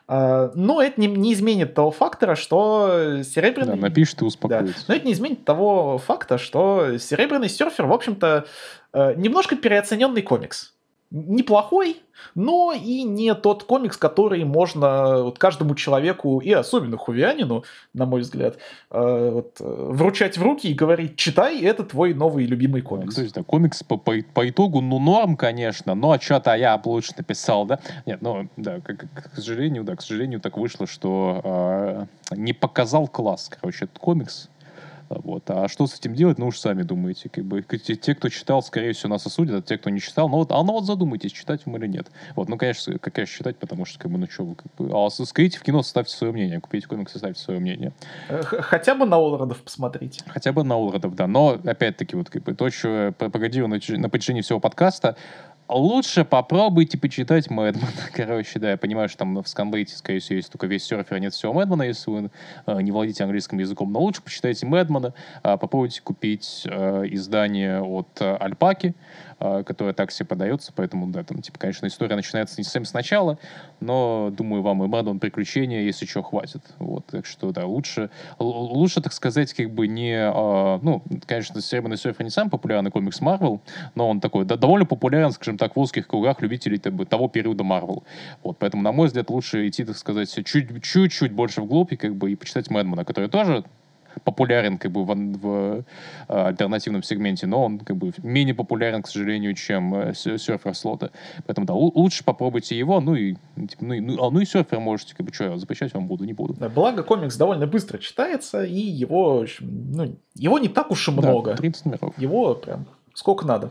А, но это не, не изменит того фактора, что серебряный... Да, напишет и успокоится. Да. Но это не изменит того факта, что серебряный серфер, в общем-то, немножко переоцененный комикс. Неплохой, но и не тот комикс, который можно вот каждому человеку, и особенно хувианину, на мой взгляд, э, вот, вручать в руки и говорить: читай, это твой новый любимый комикс. Ну, то есть, да, комикс по, по, по итогу, ну, норм, конечно, но что-то я бы лучше написал, да? Нет, ну, да, к, к, к сожалению, да, к сожалению, так вышло, что э, не показал класс, короче, этот комикс. Вот. А что с этим делать, ну уж сами думаете. Как бы, те, те, кто читал, скорее всего, нас осудят, а те, кто не читал, ну вот, а ну вот задумайтесь, читать вам или нет. Вот, ну, конечно, как я читать, потому что, как бы, ну что вы, как бы, а сходите в кино, ставьте свое мнение, купите комиксы, ставьте свое мнение. Хотя бы на Олродов посмотрите. Хотя бы на Олродов, да. Но, опять-таки, вот, как бы, то, что погоди на, на протяжении всего подкаста, лучше попробуйте почитать Мэдмана. Короче, да, я понимаю, что там в сканлейте, скорее всего, есть только весь серфер, нет всего Мэдмана, если вы э, не владеете английским языком. Но лучше почитайте Мэдмана, э, попробуйте купить э, издание от э, Альпаки, э, которое так себе подается, поэтому, да, там, типа, конечно, история начинается не совсем сначала, но, думаю, вам и Мэдман приключения, если что, хватит. Вот, так что, да, лучше, л- лучше, так сказать, как бы не... Э, ну, конечно, Серебряный серфер не самый популярный комикс Марвел, но он такой, да, довольно популярен, скажем так, в узких кругах любителей того периода Марвел. Вот, поэтому, на мой взгляд, лучше идти, так сказать, чуть-чуть больше вглубь и, как бы, и почитать Мэдмана, который тоже популярен, как бы, в, в э, альтернативном сегменте, но он, как бы, менее популярен, к сожалению, чем э, серфер слота. Поэтому, да, л- лучше попробуйте его, ну и, типа, ну, и, ну, а, ну и серфер можете, как бы, что, я запрещать вам буду, не буду. Да, благо комикс довольно быстро читается, и его, ну, его не так уж и много. Да, тридцать номеров. Его прям сколько надо.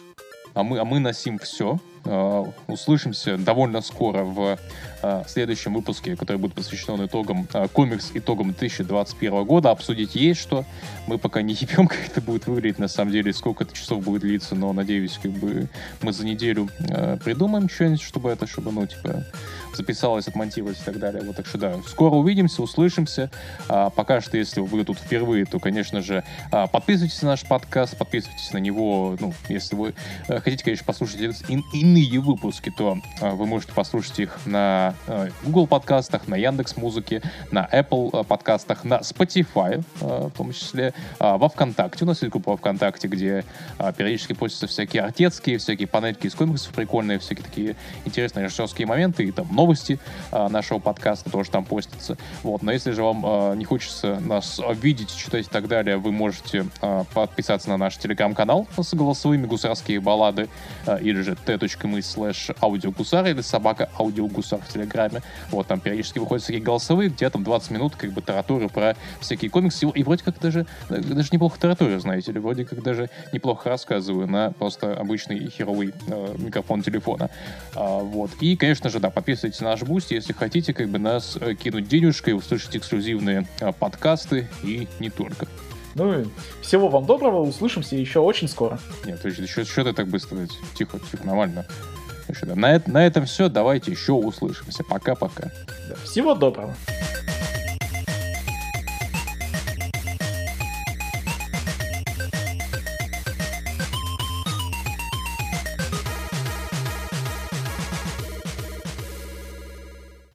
А мы, а мы на сим все. Uh, услышимся довольно скоро в uh, следующем выпуске, который будет посвящен итогам, uh, комикс итогам две тысячи двадцать первого года. Обсудить есть что. Мы пока не ебем, как это будет выглядеть, на самом деле, сколько это часов будет длиться, но, надеюсь, как бы мы за неделю uh, придумаем что-нибудь, чтобы это, чтобы, ну, типа, записалось, отмонтировалось и так далее. Вот, так что, да, скоро увидимся, услышимся. Uh, пока что, если вы тут впервые, то, конечно же, uh, подписывайтесь на наш подкаст, подписывайтесь на него, ну, если вы uh, хотите, конечно, послушать ин- иные выпуски, то uh, вы можете послушать их на uh, Google подкастах, на Яндекс.Музыке, на Apple uh, подкастах, на Spotify, uh, в том числе, uh, во ВКонтакте. У нас есть группа во ВКонтакте, где uh, периодически постятся всякие артецкие, всякие панельки из комиксов прикольные, всякие такие интересные режиссерские моменты, и там новости uh, нашего подкаста тоже там постятся. Вот. Но если же вам uh, не хочется нас видеть, читать и так далее, вы можете uh, подписаться на наш телеграм-канал с голосовыми гусарские баллады, uh, или же t.me слэш аудиогусар или собака аудиогусар в телеграме. Вот, там периодически выходят всякие голосовые, где там двадцать минут как бы тараторию про всякие комиксы. И вроде как даже, даже неплохо тараторию, знаете ли, вроде как даже неплохо рассказываю на просто обычный херовый э, микрофон телефона. А, вот. И, конечно же, да, подписывайтесь на наш буст, если хотите как бы нас э, кинуть денежкой, услышать эксклюзивные э, подкасты и не только. Ну, всего вам доброго, услышимся еще очень скоро. Нет, то есть, еще, что ты так быстро? Тихо, тихо, нормально. Еще, да. на, на этом все, давайте еще услышимся. Пока-пока. Да, всего доброго.